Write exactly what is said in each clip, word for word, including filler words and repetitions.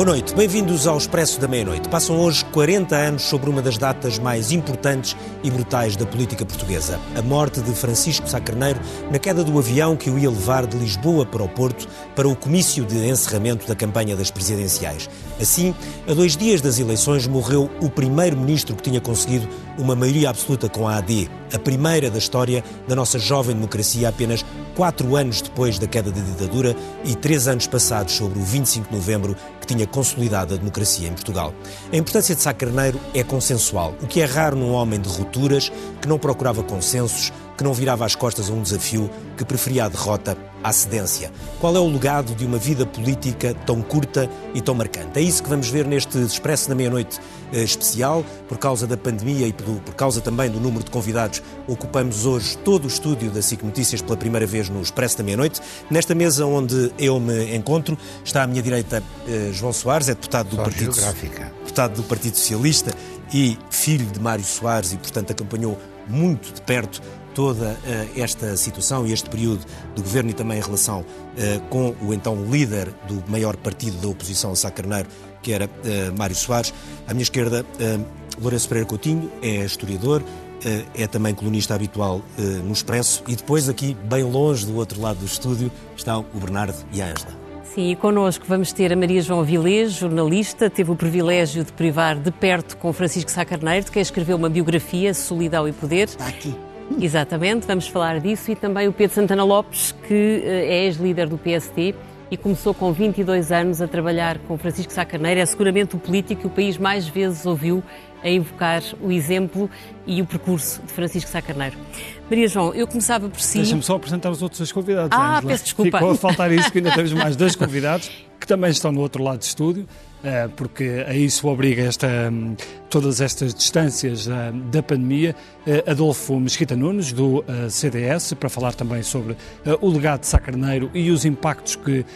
Boa noite, bem-vindos ao Expresso da Meia-Noite. Passam hoje quarenta anos sobre uma das datas mais importantes e brutais da política portuguesa. A morte de Francisco Sá Carneiro na queda do avião que o ia levar de Lisboa para o Porto para o comício de encerramento da campanha das presidenciais. Assim, a dois dias das eleições morreu o primeiro-ministro que tinha conseguido uma maioria absoluta com a A D, a primeira da história da nossa jovem democracia apenas quatro anos depois da queda da ditadura e três anos passados sobre o vinte e cinco de novembro, que tinha consolidado a democracia em Portugal. A importância de Sá Carneiro é consensual, o que é raro num homem de rupturas, que não procurava consensos, que não virava as costas a um desafio, que preferia a derrota à cedência. Qual é o legado de uma vida política tão curta e tão marcante? É isso que vamos ver neste Expresso da Meia-Noite eh, especial. Por causa da pandemia e por, por causa também do número de convidados, ocupamos hoje todo o estúdio da SIC Notícias pela primeira vez no Expresso da Meia-Noite. Nesta mesa onde eu me encontro, está à minha direita eh, João Soares, é deputado do, Partido, deputado do Partido Socialista e filho de Mário Soares e, portanto, acompanhou muito de perto toda uh, esta situação e este período do governo e também em relação uh, com o então líder do maior partido da oposição a Sá Carneiro, que era uh, Mário Soares. À minha esquerda, uh, Lourenço Pereira Coutinho, é historiador, uh, é também colunista habitual uh, no Expresso, e depois aqui, bem longe do outro lado do estúdio, estão o Bernardo e a Ângela. Sim, e connosco vamos ter a Maria João Avilés, jornalista, teve o privilégio de privar de perto com Francisco Sá Carneiro, de quem escreveu uma biografia, Solidão e Poder. Está aqui. Exatamente, vamos falar disso, e também o Pedro Santana Lopes, que é ex-líder do P S D e começou com vinte e dois anos a trabalhar com Francisco Sá Carneiro. É seguramente o político que o país mais vezes ouviu a invocar o exemplo e o percurso de Francisco Sá Carneiro. Maria João, eu começava por si... Deixa-me só apresentar os outros dois convidados. Ah, Angela. peço desculpa. Ficou a faltar isso, que ainda temos mais dois convidados que também estão no outro lado do estúdio, porque a isso obriga esta, todas estas distâncias da pandemia. Adolfo Mesquita Nunes, do C D S, para falar também sobre o legado de Sá Carneiro e os impactos que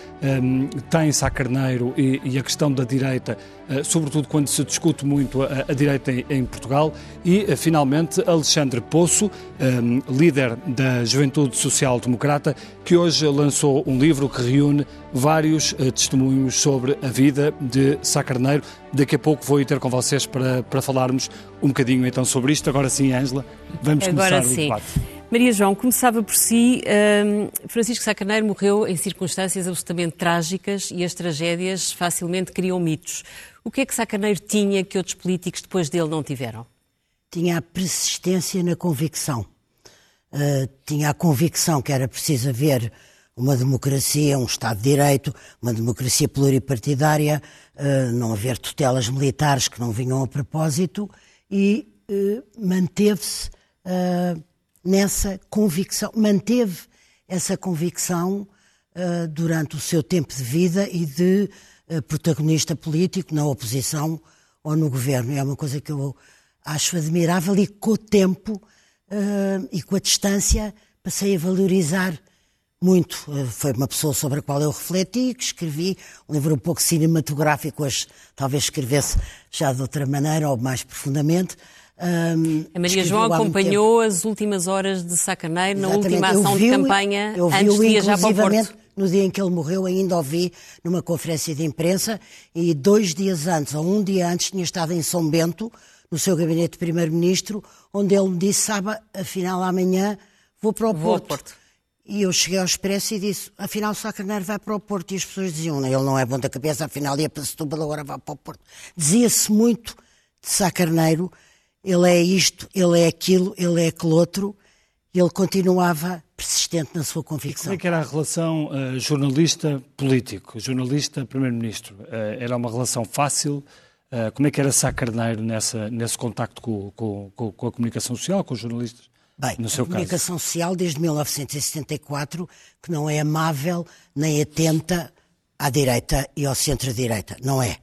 tem Sá Carneiro e, e a questão da direita, sobretudo quando se discute muito a, a direita em, em Portugal. E, finalmente, Alexandre Poço, líder da Juventude Social Democrata, que hoje lançou um livro que reúne vários testemunhos sobre a vida de Sá Carneiro. Daqui a pouco vou ir ter com vocês para, para falarmos um bocadinho então sobre isto. Agora sim, Ângela, vamos Agora começar sim. o debate. Maria João, começava por si. Um, Francisco Sá Carneiro morreu em circunstâncias absolutamente trágicas e as tragédias facilmente criam mitos. O que é que Sá Carneiro tinha que outros políticos depois dele não tiveram? Tinha a persistência na convicção. Uh, tinha a convicção que era preciso haver uma democracia, um Estado de Direito, uma democracia pluripartidária, uh, não haver tutelas militares que não vinham a propósito, e uh, manteve-se uh, nessa convicção, manteve essa convicção uh, durante o seu tempo de vida e de uh, protagonista político na oposição ou no governo. É uma coisa que eu acho admirável e com o tempo uh, e com a distância passei a valorizar muito. Foi uma pessoa sobre a qual eu refleti, que escrevi um livro um pouco cinematográfico, hoje talvez escrevesse já de outra maneira ou mais profundamente. Um, a Maria João acompanhou as últimas horas de Sá Carneiro na última ação de campanha antes de viajar para o Porto. No dia em que ele morreu, ainda o vi numa conferência de imprensa, e dois dias antes, ou um dia antes, tinha estado em São Bento, no seu gabinete de primeiro-ministro, onde ele me disse, sabe, afinal amanhã vou para o vou Porto. Ao Porto. E eu cheguei ao Expresso e disse, afinal Sá Carneiro vai para o Porto. E as pessoas diziam, ele não é bom da cabeça, afinal ia para Setúbal, agora vai para o Porto. Dizia-se muito de Sá Carneiro, ele é isto, ele é aquilo, ele é aquele outro, e ele continuava persistente na sua convicção. E como é que era a relação uh, jornalista-político, jornalista-primeiro-ministro? Uh, era uma relação fácil? Uh, como é que era Sá Carneiro nessa, nesse contacto com, com, com, com a comunicação social, com os jornalistas? Bem, no seu a comunicação caso? social desde mil novecentos e setenta e quatro que não é amável nem atenta à direita e ao centro-direita, não é.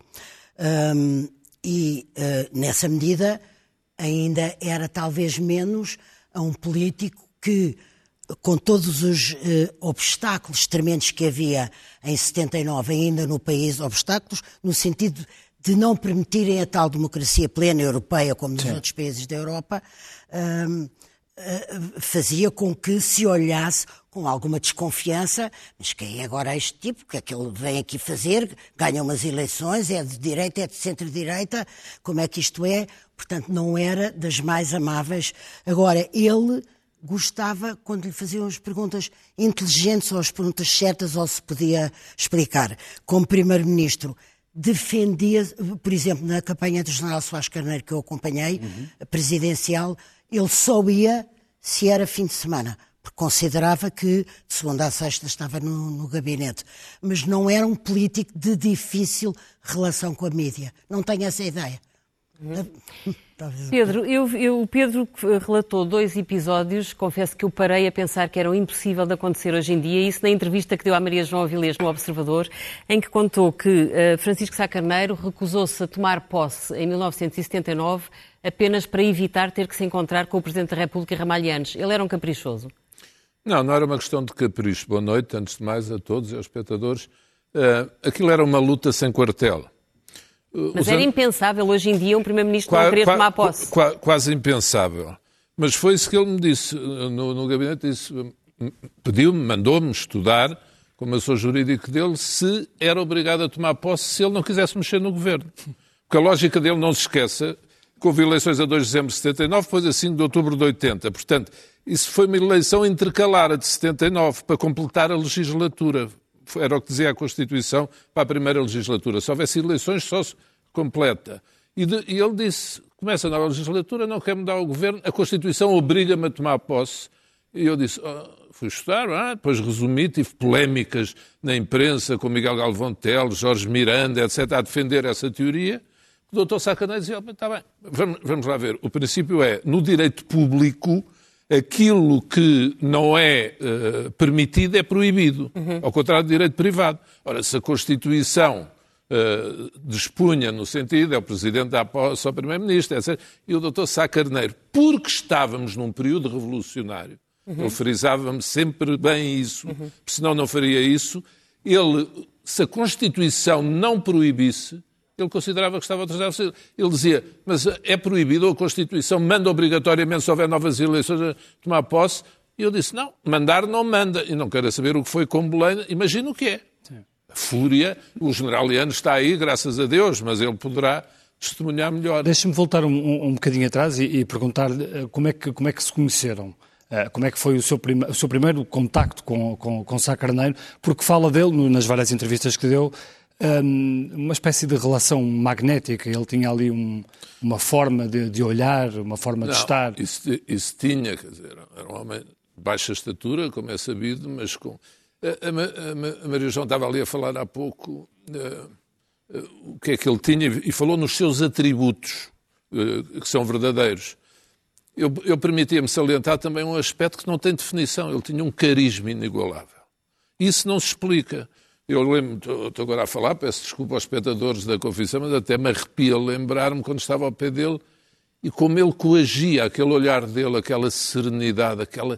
Um, e uh, nessa medida ainda era talvez menos a um político que, com todos os uh, obstáculos tremendos que havia em setenta e nove ainda no país, obstáculos no sentido de não permitirem a tal democracia plena europeia como nos Sim. outros países da Europa, um, fazia com que se olhasse com alguma desconfiança, mas quem é agora este tipo, o que é que ele vem aqui fazer, ganha umas eleições, é de direita, é de centro-direita, como é que isto é? Portanto, não era das mais amáveis. Agora, ele gostava, quando lhe faziam as perguntas inteligentes ou as perguntas certas, ou se podia explicar. Como primeiro-ministro, defendia, por exemplo, na campanha do general Soares Carneiro, que eu acompanhei, uhum. a presidencial, ele só ia se era fim de semana, porque considerava que de segunda a sexta estava no, no gabinete. Mas não era um político de difícil relação com a mídia. Não tenho essa ideia. Uhum. Pedro, eu, eu, o Pedro relatou dois episódios, confesso que eu parei a pensar que eram impossível de acontecer hoje em dia, isso na entrevista que deu à Maria João Avilés no Observador, em que contou que uh, Francisco Sá Carneiro recusou-se a tomar posse em mil novecentos e setenta e nove apenas para evitar ter que se encontrar com o Presidente da República, Ramalhianes. Ele era um caprichoso? Não, não era uma questão de capricho. Boa noite, antes de mais, a todos e aos espectadores. Uh, aquilo era uma luta sem quartel. Mas era impensável hoje em dia um Primeiro-Ministro não querer tomar posse. Quase, quase impensável. Mas foi isso que ele me disse no, no gabinete. Disse, pediu-me, mandou-me estudar, como eu sou jurídico dele, se era obrigado a tomar posse se ele não quisesse mexer no governo. Porque a lógica dele, não se esqueça, que houve eleições a dois de dezembro de setenta e nove, depois a cinco de outubro de oitenta. Portanto, isso foi uma eleição intercalar, a de setenta e nove, para completar a legislatura. Era o que dizia a Constituição para a primeira legislatura. Se houvesse eleições, só se completa. E, de, e ele disse, começa a nova legislatura, não quer mudar o governo, a Constituição obriga-me a tomar posse. E eu disse, oh, fui estudar, ah, depois resumi, tive polémicas na imprensa com Miguel Galvão Teles, Jorge Miranda, etcétera, a defender essa teoria. O doutor Sá Carneiro dizia, está bem, vamos, vamos lá ver. O princípio é, no direito público, aquilo que não é uh, permitido é proibido, uhum. ao contrário do direito privado. Ora, se a Constituição uh, dispunha no sentido, é o Presidente da posse ao Primeiro-Ministro, etcétera, e o doutor Sá Carneiro, porque estávamos num período revolucionário, uhum. ele frisava-me sempre bem isso, uhum. senão não faria isso, ele, se a Constituição não proibisse, ele considerava que estava atrasado. Ele dizia, mas é proibido, ou a Constituição manda obrigatoriamente, se houver novas eleições, a tomar posse. E eu disse, não, mandar não manda. E não quero saber o que foi com Belém. Imagina o que é. Sim. A fúria, o general Liano está aí, graças a Deus, mas ele poderá testemunhar melhor. Deixa-me voltar um, um, um bocadinho atrás e, e perguntar-lhe como é, que, como é que se conheceram. Uh, como é que foi o seu, prime- o seu primeiro contacto com, com, com Sá Carneiro? Porque fala dele, no, nas várias entrevistas que deu, Um, uma espécie de relação magnética. Ele tinha ali um, uma forma de, de olhar, uma forma não, de estar. Isso, isso tinha, quer dizer, era um homem de baixa estatura, como é sabido, mas com... A, a, a Maria João estava ali a falar há pouco uh, uh, o que é que ele tinha e falou nos seus atributos, uh, que são verdadeiros. Eu, eu permitia-me salientar também um aspecto que não tem definição. Ele tinha um carisma inigualável. Isso não se explica. Eu lembro, estou agora a falar, peço desculpa aos espectadores da Confissão, mas até me arrepia lembrar-me quando estava ao pé dele e como ele coagia, aquele olhar dele, aquela serenidade, aquela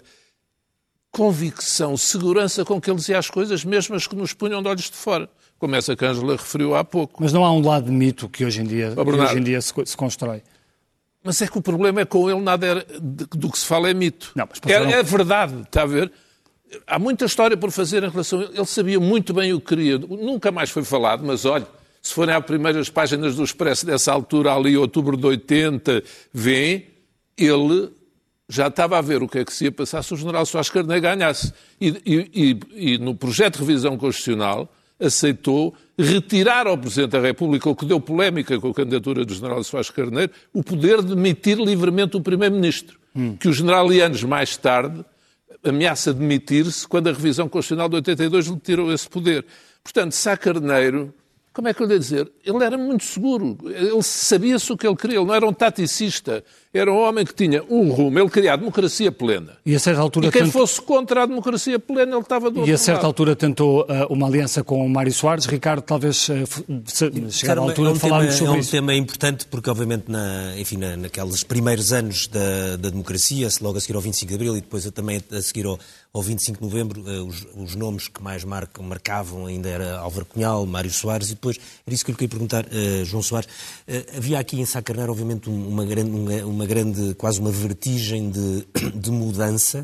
convicção, segurança com que ele dizia as coisas, mesmo as que nos punham de olhos de fora, como essa que a Ângela referiu há pouco. Mas não há um lado de mito que hoje em dia, oh, que hoje em dia se, se constrói? Mas é que o problema é que com ele nada era, do que se fala é mito. Não, mas é, é verdade, está a ver? Há muita história por fazer em relação a ele. Ele sabia muito bem o que queria. Nunca mais foi falado, mas olha, se forem às primeiras páginas do Expresso dessa altura, ali outubro de oitenta, vê, ele já estava a ver o que é que se ia passar se o general Soares Carneiro ganhasse. E, e, e, e no projeto de revisão constitucional aceitou retirar ao Presidente da República, o que deu polémica com a candidatura do general Soares Carneiro, o poder de demitir livremente o Primeiro-Ministro. Hum. Que o general Lianes, mais tarde, ameaça demitir-se quando a revisão constitucional de oitenta e dois lhe tirou esse poder. Portanto, Sá Carneiro, como é que eu lhe ia dizer? Ele era muito seguro, ele sabia-se o que ele queria, ele não era um taticista, era um homem que tinha um rumo, ele queria a democracia plena. E a certa altura e quem tent... fosse contra a democracia plena, ele estava do outro lado. E a certa lado. altura tentou uh, uma aliança com o Mário Soares. Ricardo, talvez uh, chegar à altura é um de falarmos tema, sobre é um isso. tema importante porque, obviamente, na, enfim, na, naqueles primeiros anos da, da democracia, logo a seguir ao vinte e cinco de Abril e depois também a seguir ao, ao vinte e cinco de Novembro, uh, os, os nomes que mais marcam, marcavam ainda era Álvaro Cunhal, Mário Soares e depois, era isso que eu lhe queria perguntar, uh, João Soares, uh, havia aqui em Sá Carneiro, obviamente, uma grande, uma, uma grande, quase uma vertigem de, de mudança.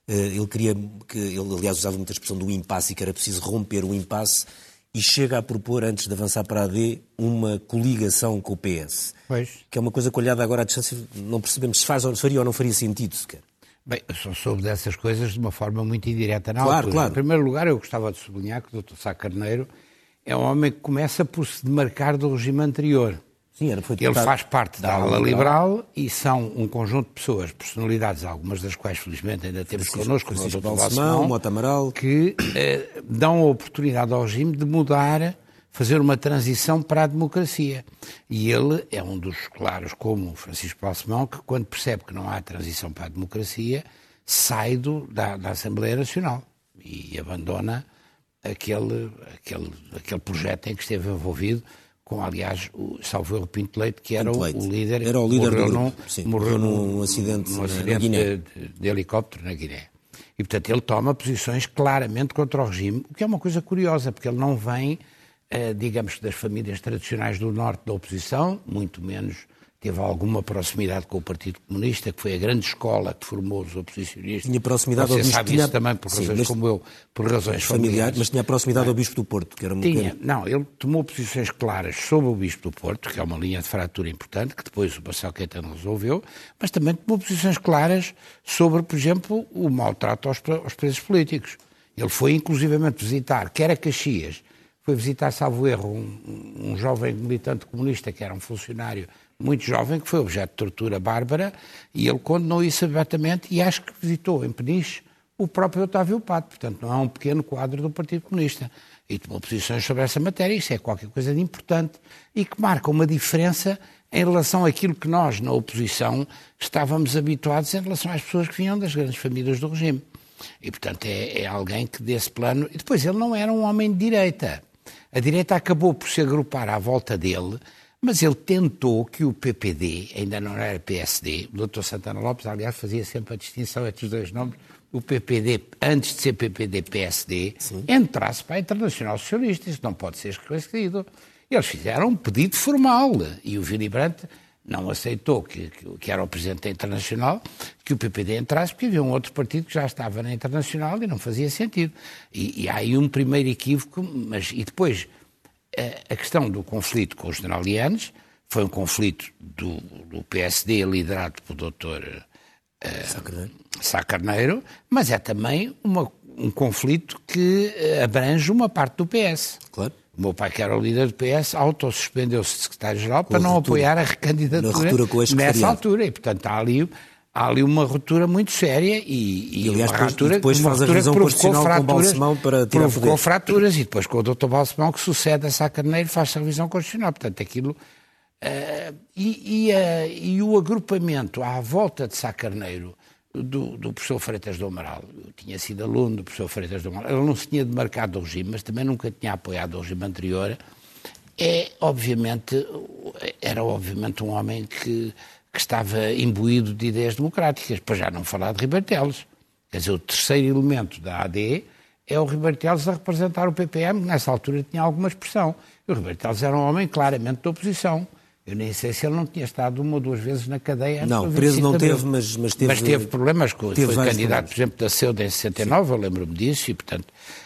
Ele queria, que ele aliás usava muita expressão do impasse e que era preciso romper o impasse e chega a propor, antes de avançar para a A D, uma coligação com o P S. Pois. Que é uma coisa que, olhada agora à distância, não percebemos se faz ou se faria ou não faria sentido sequer. Bem, eu só soube dessas coisas de uma forma muito indireta na claro, altura. Claro. Em primeiro lugar, eu gostava de sublinhar que o doutor Sá Carneiro é um homem que começa por se demarcar do regime anterior. Sim, era, foi Ele faz parte da ala liberal e são um conjunto de pessoas, personalidades, algumas das quais felizmente ainda temos connosco, como o doutor Balsemão, Mota Amaral, que eh, dão a oportunidade ao regime de mudar, fazer uma transição para a democracia. E ele é um dos claros, como o Francisco Balsemão, que quando percebe que não há transição para a democracia, sai do, da, da Assembleia Nacional e abandona aquele, aquele, aquele projeto em que esteve envolvido, com, aliás, o salvo erro Pinto Leite, que era o, o líder, era o líder morreu, do num, Sim, morreu num, num acidente, num na, acidente na Guiné. De, de, de helicóptero na Guiné. E, portanto, ele toma posições claramente contra o regime, o que é uma coisa curiosa, porque ele não vem, eh, digamos, das famílias tradicionais do norte da oposição, muito menos teve alguma proximidade com o Partido Comunista, que foi a grande escola que formou os oposicionistas. Tinha proximidade Você ao bispo. sabe Tinha... isso também por Sim, razões mas... como eu, por razões familiares. familiares. Mas tinha proximidade ao Bispo do Porto, que era uma Tinha, pequena... não, ele tomou posições claras sobre o Bispo do Porto, que é uma linha de fratura importante, que depois o Marcelo Caetano resolveu, mas também tomou posições claras sobre, por exemplo, o maltrato aos, aos presos políticos. Ele foi inclusivamente visitar, quer a Caxias, foi visitar, salvo erro, um, um jovem militante comunista, que era um funcionário muito jovem, que foi objeto de tortura bárbara, e ele condenou isso abertamente, e acho que visitou em Peniche o próprio Otávio Pato, portanto não é um pequeno quadro do Partido Comunista, e tomou posições sobre essa matéria. Isso é qualquer coisa de importante, e que marca uma diferença em relação àquilo que nós, na oposição, estávamos habituados em relação às pessoas que vinham das grandes famílias do regime. E, portanto, é, é alguém que desse plano... E depois, ele não era um homem de direita. A direita acabou por se agrupar à volta dele, mas ele tentou que o P P D, ainda não era P S D, o doutor Santana Lopes, aliás, fazia sempre a distinção entre os dois nomes, o P P D, antes de ser P P D P S D, Sim. entrasse para a Internacional Socialista. Isso não pode ser esclarecido. Eles fizeram um pedido formal e o Willy Brandt não aceitou, que, que, que era o Presidente da Internacional, que o P P D entrasse, porque havia um outro partido que já estava na Internacional e não fazia sentido. E, e há aí um primeiro equívoco, mas e depois... A questão do conflito com os general Lianes foi um conflito do, do P S D liderado pelo doutor uh, Sá Carneiro, mas é também uma, um conflito que abrange uma parte do P S. Claro. O meu pai, que era o líder do P S, autossuspendeu-se de secretário-geral para não ruptura, apoiar a recandidatura nessa altura. E, portanto, há ali... Há ali uma ruptura muito séria e, e, e aliás, uma ruptura, e depois uma faz a revisão constitucional com o Balsemão para tirar provocou poder. fraturas e depois com o doutor Balsemão, que sucede a Sá Carneiro, faz a revisão constitucional. Portanto, aquilo... Uh, e, e, uh, e o agrupamento à volta de Sá Carneiro do, do professor Freitas do Amaral, eu tinha sido aluno do professor Freitas do Amaral, ele não se tinha demarcado do regime, mas também nunca tinha apoiado o regime anterior, é, obviamente, era obviamente um homem que... que estava imbuído de ideias democráticas, para já não falar de Ribeiro Teles. Quer dizer, o terceiro elemento da A D é o Ribeiro Teles a representar o P P M, que nessa altura tinha alguma expressão. E o Ribeiro Teles era um homem claramente de oposição. Eu nem sei se ele não tinha estado uma ou duas vezes na cadeia. Não, preso não teve, mas, mas teve... Mas teve problemas, com, teve foi candidato, problemas. por exemplo, da Ceuda em sessenta e nove, Sim. eu lembro-me disso, e portanto...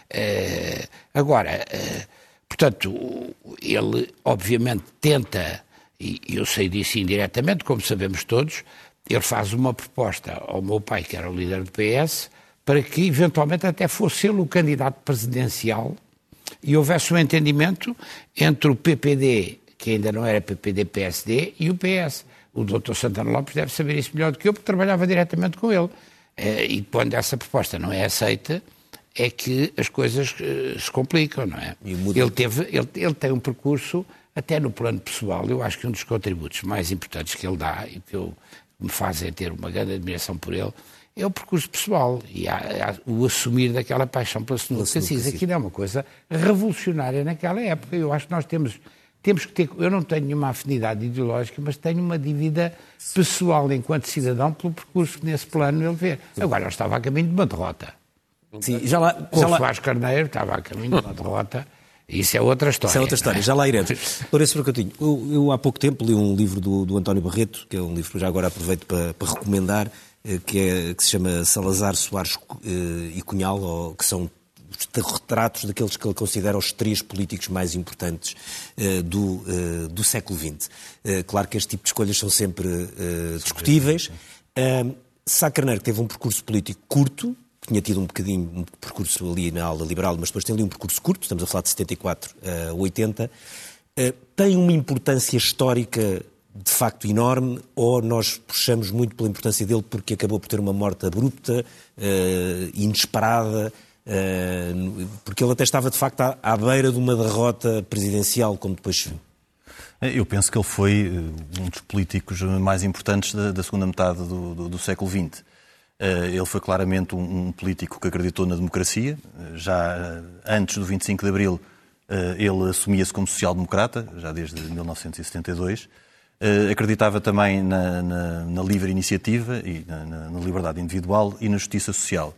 Eh, agora, eh, portanto, ele obviamente tenta... E eu sei disso indiretamente, como sabemos todos, ele faz uma proposta ao meu pai, que era o líder do P S, para que eventualmente até fosse ele o candidato presidencial e houvesse um entendimento entre o P P D, que ainda não era P P D P S D, e o P S. O doutor Santana Lopes deve saber isso melhor do que eu, porque trabalhava diretamente com ele. E quando essa proposta não é aceita, é que as coisas se complicam, não é? Ele, teve, ele, ele tem um percurso... Até no plano pessoal, eu acho que um dos contributos mais importantes que ele dá e que eu, me fazem ter uma grande admiração por ele é o percurso pessoal e há, há, o assumir daquela paixão pela sinuca. Aquilo é uma coisa revolucionária naquela época. Eu acho que nós temos, temos que ter... Eu não tenho nenhuma afinidade ideológica, mas tenho uma dívida pessoal enquanto cidadão pelo percurso que nesse plano ele vê. Agora, eu estava a caminho de uma derrota. Sim, já lá... Com o Soares Carneiro estava a caminho de uma derrota... Isso é outra história. Isso é outra história, já lá iremos. Lourenço Fracatinho, eu, eu há pouco tempo li um livro do, do António Barreto, que é um livro que já agora aproveito para, para recomendar, que, é, que se chama Salazar, Soares e Cunhal, ou, que são retratos daqueles que ele considera os três políticos mais importantes uh, do, uh, do século vinte. Uh, claro que este tipo de escolhas são sempre uh, discutíveis. Uh, Sá Carneiro teve um percurso político curto, tinha tido um bocadinho um percurso ali na ala liberal, mas depois tem ali um percurso curto, estamos a falar de setenta e quatro a oitenta. Uh, tem uma importância histórica de facto enorme, ou nós puxamos muito pela importância dele porque acabou por ter uma morte abrupta, uh, inesperada, Uh, porque ele até estava, de facto, à, à beira de uma derrota presidencial, como depois se viu. Eu penso que ele foi um dos políticos mais importantes da, da segunda metade do, do, do século vinte. Uh, ele foi claramente um, um político que acreditou na democracia. Já antes do vinte e cinco de Abril, uh, ele assumia-se como social-democrata, já desde mil novecentos e setenta e dois. Uh, acreditava também na, na, na livre iniciativa, e na, na, na liberdade individual e na justiça social.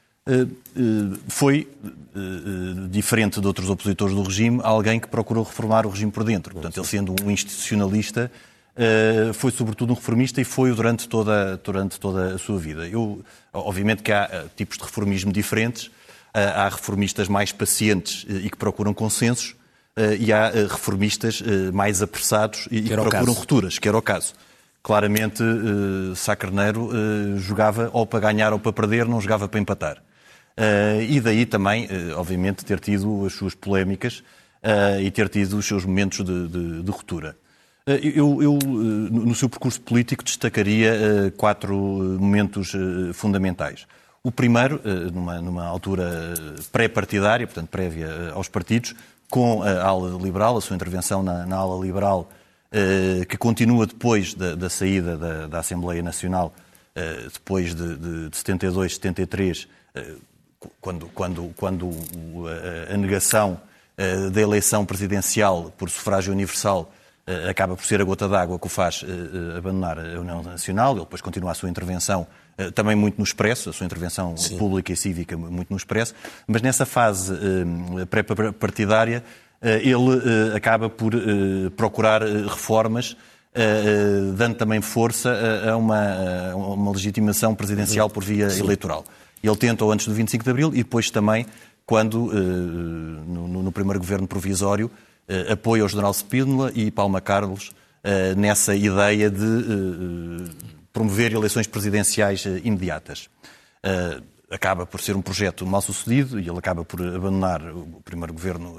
Foi, diferente de outros opositores do regime, alguém que procurou reformar o regime por dentro. Portanto, ele sendo um institucionalista, foi sobretudo um reformista e foi durante toda, durante toda a sua vida. Eu, obviamente que há tipos de reformismo diferentes, há reformistas mais pacientes e que procuram consensos, e há reformistas mais apressados e que, que procuram rupturas, que era o caso. Claramente, Sá Carneiro jogava ou para ganhar ou para perder, não jogava para empatar. Uh, e daí também, uh, obviamente, ter tido as suas polémicas uh, e ter tido os seus momentos de, de, de ruptura. Uh, eu, eu uh, no seu percurso político, destacaria uh, quatro momentos uh, fundamentais. O primeiro, uh, numa, numa altura pré-partidária, portanto, prévia uh, aos partidos, com a ala liberal, a sua intervenção na, na ala liberal, uh, que continua depois da, da saída da, da Assembleia Nacional, uh, depois de, de, de setenta e dois, setenta e três, uh, Quando, quando, quando a negação da eleição presidencial por sufrágio universal acaba por ser a gota d'água que o faz abandonar a União Nacional, ele depois continua a sua intervenção também muito no Expresso, a sua intervenção Sim. pública e cívica muito no Expresso, mas nessa fase pré-partidária ele acaba por procurar reformas, dando também força a uma, a uma legitimação presidencial por via Sim. eleitoral. Ele tentou antes do vinte e cinco de Abril e depois também, quando, no, no primeiro governo provisório, apoia o general Spínola e Palma Carlos nessa ideia de promover eleições presidenciais imediatas. Acaba por ser um projeto mal sucedido e ele acaba por abandonar o primeiro governo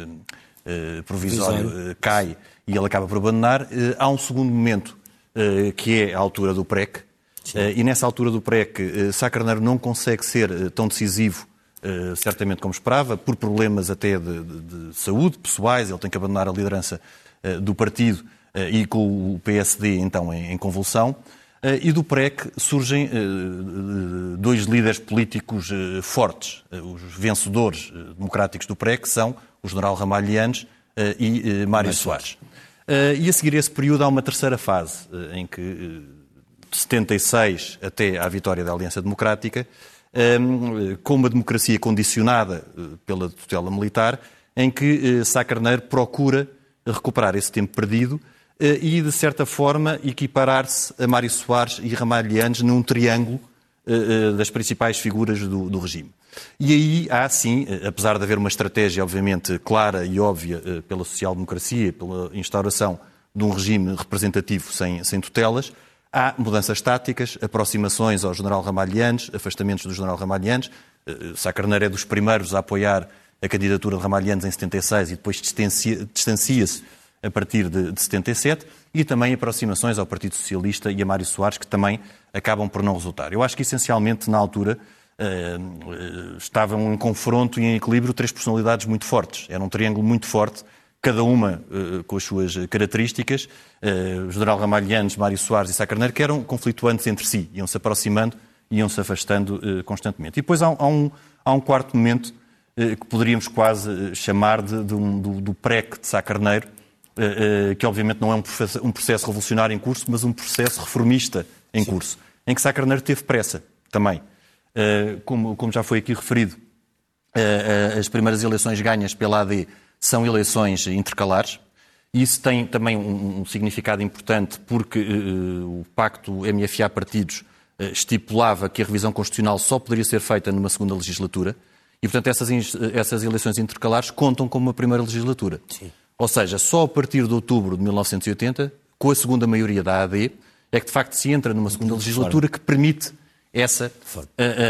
provisório, cai e ele acaba por abandonar. Há um segundo momento, que é a altura do P R E C. Uh, e nessa altura do P R E C, uh, Sá Carneiro não consegue ser uh, tão decisivo, uh, certamente como esperava, por problemas até de, de, de saúde pessoais. Ele tem que abandonar a liderança uh, do partido uh, e com o P S D então em, em convulsão. Uh, e do P R E C surgem uh, dois líderes políticos uh, fortes. Uh, os vencedores uh, democráticos do P R E C são o general Ramalhianes uh, e uh, Mário Soares. Uh, e a seguir esse período há uma terceira fase uh, em que... Uh, de setenta e seis até à vitória da Aliança Democrática, com uma democracia condicionada pela tutela militar, em que Sá Carneiro procura recuperar esse tempo perdido e, de certa forma, equiparar-se a Mário Soares e Ramalhianes num triângulo das principais figuras do, do regime. E aí há, sim, apesar de haver uma estratégia, obviamente, clara e óbvia pela social-democracia, pela instauração de um regime representativo sem, sem tutelas, há mudanças táticas, aproximações ao general Ramalhianes, afastamentos do general Ramalhianes. Sá Carneiro é dos primeiros a apoiar a candidatura de Ramalhianes em setenta e seis e depois distancia, distancia-se a partir de, de setenta e sete, e também aproximações ao Partido Socialista e a Mário Soares, que também acabam por não resultar. Eu acho que, essencialmente, na altura, uh, estavam em confronto e em equilíbrio três personalidades muito fortes. Era um triângulo muito forte, cada uma uh, com as suas características. Uh, o general Ramalhianes, Mário Soares e Sá Carneiro, que eram conflituantes entre si, iam-se aproximando, iam-se afastando uh, constantemente. E depois há, há, um, há um quarto momento uh, que poderíamos quase uh, chamar de, de um, do, do P R E C de Sá Carneiro, uh, uh, que obviamente não é um processo, um processo revolucionário em curso, mas um processo reformista em Sim. curso, em que Sá Carneiro teve pressa também. Uh, como, como já foi aqui referido, uh, uh, as primeiras eleições ganhas pela A D são eleições intercalares, e isso tem também um, um significado importante porque uh, o pacto M F A-partidos estipulava que a revisão constitucional só poderia ser feita numa segunda legislatura e, portanto, essas, essas eleições intercalares contam como uma primeira legislatura. Sim. Ou seja, só a partir de outubro de mil novecentos e oitenta, com a segunda maioria da A D, é que de facto se entra numa segunda legislatura que permite essa, uh, uh,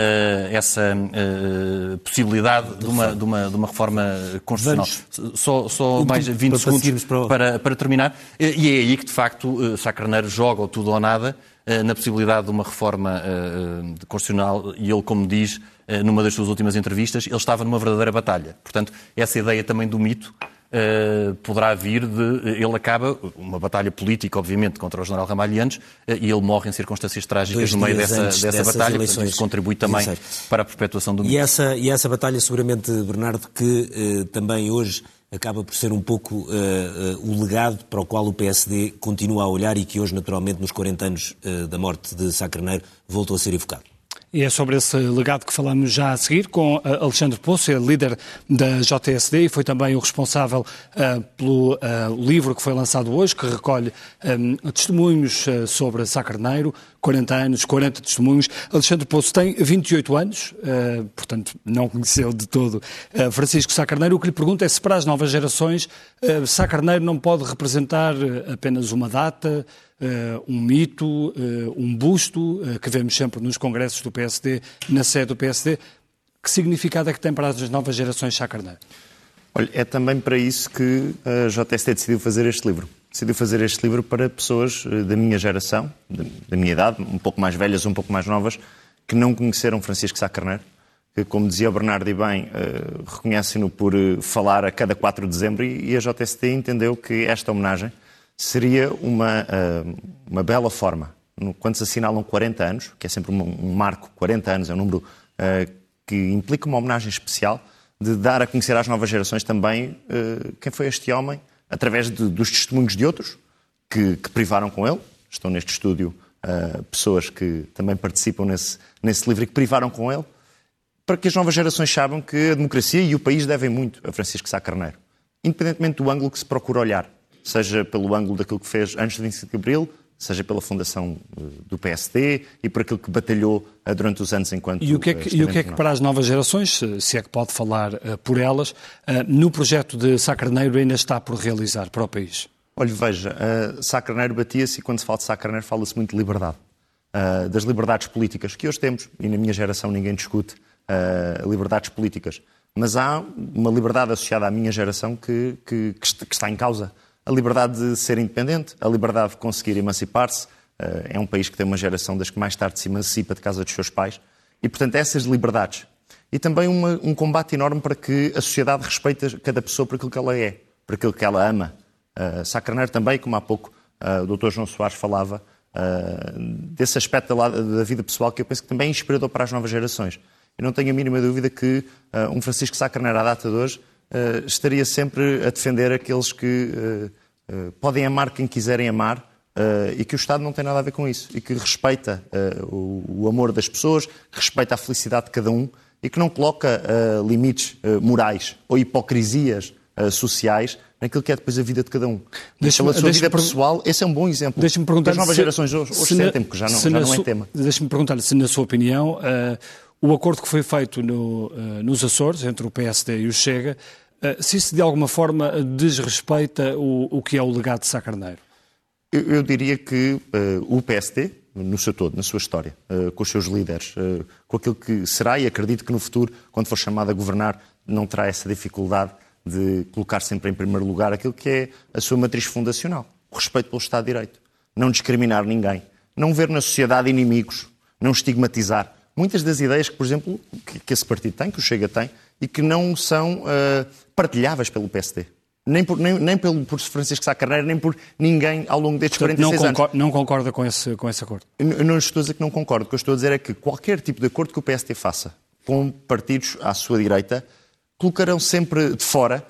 essa uh, possibilidade de uma, de, uma, de uma reforma constitucional. Vamos. Só, só mais vinte segundos para, para, para terminar. E é aí que de facto Sá Carneiro joga o tudo ou nada uh, na possibilidade de uma reforma uh, constitucional e ele, como diz uh, numa das suas últimas entrevistas, ele estava numa verdadeira batalha. Portanto, essa ideia também do mito Uh, poderá vir de... Ele acaba uma batalha política, obviamente, contra o general Ramalhianes uh, e ele morre em circunstâncias trágicas no meio dessa, dessa batalha, portanto, isso contribui também para a perpetuação do mito. E essa, e essa batalha, seguramente, Bernardo, que uh, também hoje acaba por ser um pouco uh, uh, o legado para o qual o P S D continua a olhar e que hoje, naturalmente, nos quarenta anos uh, da morte de Sá Carneiro, voltou a ser evocado. E é sobre esse legado que falamos já a seguir com Alexandre Poço, é líder da J S D e foi também o responsável uh, pelo uh, livro que foi lançado hoje, que recolhe um, testemunhos uh, sobre Sá Carneiro, quarenta anos, quarenta testemunhos. Alexandre Poço tem vinte e oito anos, uh, portanto não conheceu de todo uh, Francisco Sá Carneiro. O que lhe pergunto é se para as novas gerações uh, Sá Carneiro não pode representar apenas uma data, Uh, um mito, uh, um busto, uh, que vemos sempre nos congressos do P S D, na sede do P S D. Que significado é que tem para as novas gerações Sá Carneiro? Olha, é também para isso que a J S D decidiu fazer este livro. Decidiu fazer este livro para pessoas da minha geração, da minha idade, um pouco mais velhas, um pouco mais novas, que não conheceram Francisco Sá Carneiro, que, como dizia o Bernardo e bem, uh, reconhecem-no por uh, falar a cada quatro de dezembro e, e a J S D entendeu que esta homenagem seria uma, uma bela forma, quando se assinalam quarenta anos, que é sempre um marco, quarenta anos é um número uh, que implica uma homenagem especial, de dar a conhecer às novas gerações também uh, quem foi este homem, através de, dos testemunhos de outros que, que privaram com ele. Estão neste estúdio uh, pessoas que também participam nesse, nesse livro e que privaram com ele, para que as novas gerações saibam que a democracia e o país devem muito a Francisco Sá Carneiro, independentemente do ângulo que se procura olhar. Seja pelo ângulo daquilo que fez antes de vinte e cinco de Abril, seja pela fundação do P S D e por aquilo que batalhou durante os anos enquanto... E o que é que, e o que, é que para as novas gerações, se é que pode falar uh, por elas, uh, no projeto de Sá Carneiro ainda está por realizar para o país? Olha, veja, uh, Sá Carneiro batia-se e quando se fala de Sá Carneiro fala-se muito de liberdade. Uh, das liberdades políticas que hoje temos, e na minha geração ninguém discute uh, liberdades políticas. Mas há uma liberdade associada à minha geração que, que, que está em causa. A liberdade de ser independente, a liberdade de conseguir emancipar-se. É um país que tem uma geração das que mais tarde se emancipa de casa dos seus pais. E, portanto, essas liberdades. E também uma, um combate enorme para que a sociedade respeite cada pessoa por aquilo que ela é, por aquilo que ela ama. Uh, Sá Carneiro também, como há pouco uh, o doutor João Soares falava, uh, desse aspecto da, da vida pessoal que eu penso que também é inspirador para as novas gerações. Eu não tenho a mínima dúvida que uh, um Francisco Sá Carneiro, à data de hoje, Uh, estaria sempre a defender aqueles que uh, uh, podem amar quem quiserem amar uh, e que o Estado não tem nada a ver com isso e que respeita uh, o, o amor das pessoas, que respeita a felicidade de cada um e que não coloca uh, limites uh, morais ou hipocrisias uh, sociais naquilo que é depois a vida de cada um. Deixa-me, Pela sua vida pessoal, esse é um bom exemplo. Deixa-me perguntar as novas se, gerações hoje, hoje na, sentem, porque já não, já não é su, tema. Deixa-me perguntar-lhe se, na sua opinião, uh, o acordo que foi feito no, uh, nos Açores, entre o P S D e o Chega, uh, se isso de alguma forma desrespeita o, o que é o legado de Sá Carneiro? Eu, eu diria que uh, o P S D, no seu todo, na sua história, uh, com os seus líderes, uh, com aquilo que será, e acredito que no futuro, quando for chamado a governar, não terá essa dificuldade de colocar sempre em primeiro lugar aquilo que é a sua matriz fundacional, o respeito pelo Estado de Direito, não discriminar ninguém, não ver na sociedade inimigos, não estigmatizar. Muitas das ideias que, por exemplo, que, que esse partido tem, que o Chega tem, e que não são uh, partilháveis pelo P S D. Nem por, nem, nem pelo, por Francisco Sá Carneiro, nem por ninguém ao longo destes Portanto, quarenta e seis não concorda, anos. Não concorda com esse, com esse acordo? Eu não estou a dizer que não concordo. O que eu estou a dizer é que qualquer tipo de acordo que o P S D faça com partidos à sua direita colocarão sempre de fora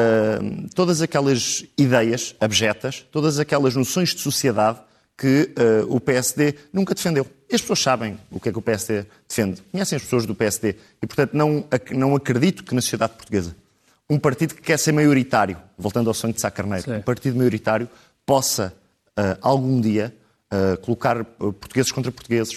uh, todas aquelas ideias abjetas, todas aquelas noções de sociedade que uh, o P S D nunca defendeu. E as pessoas sabem o que é que o P S D defende. Conhecem as pessoas do P S D. E, portanto, não, não acredito que na sociedade portuguesa um partido que quer ser maioritário, voltando ao sonho de Sá Carneiro, Sim. um partido maioritário possa, uh, algum dia, uh, colocar portugueses contra portugueses,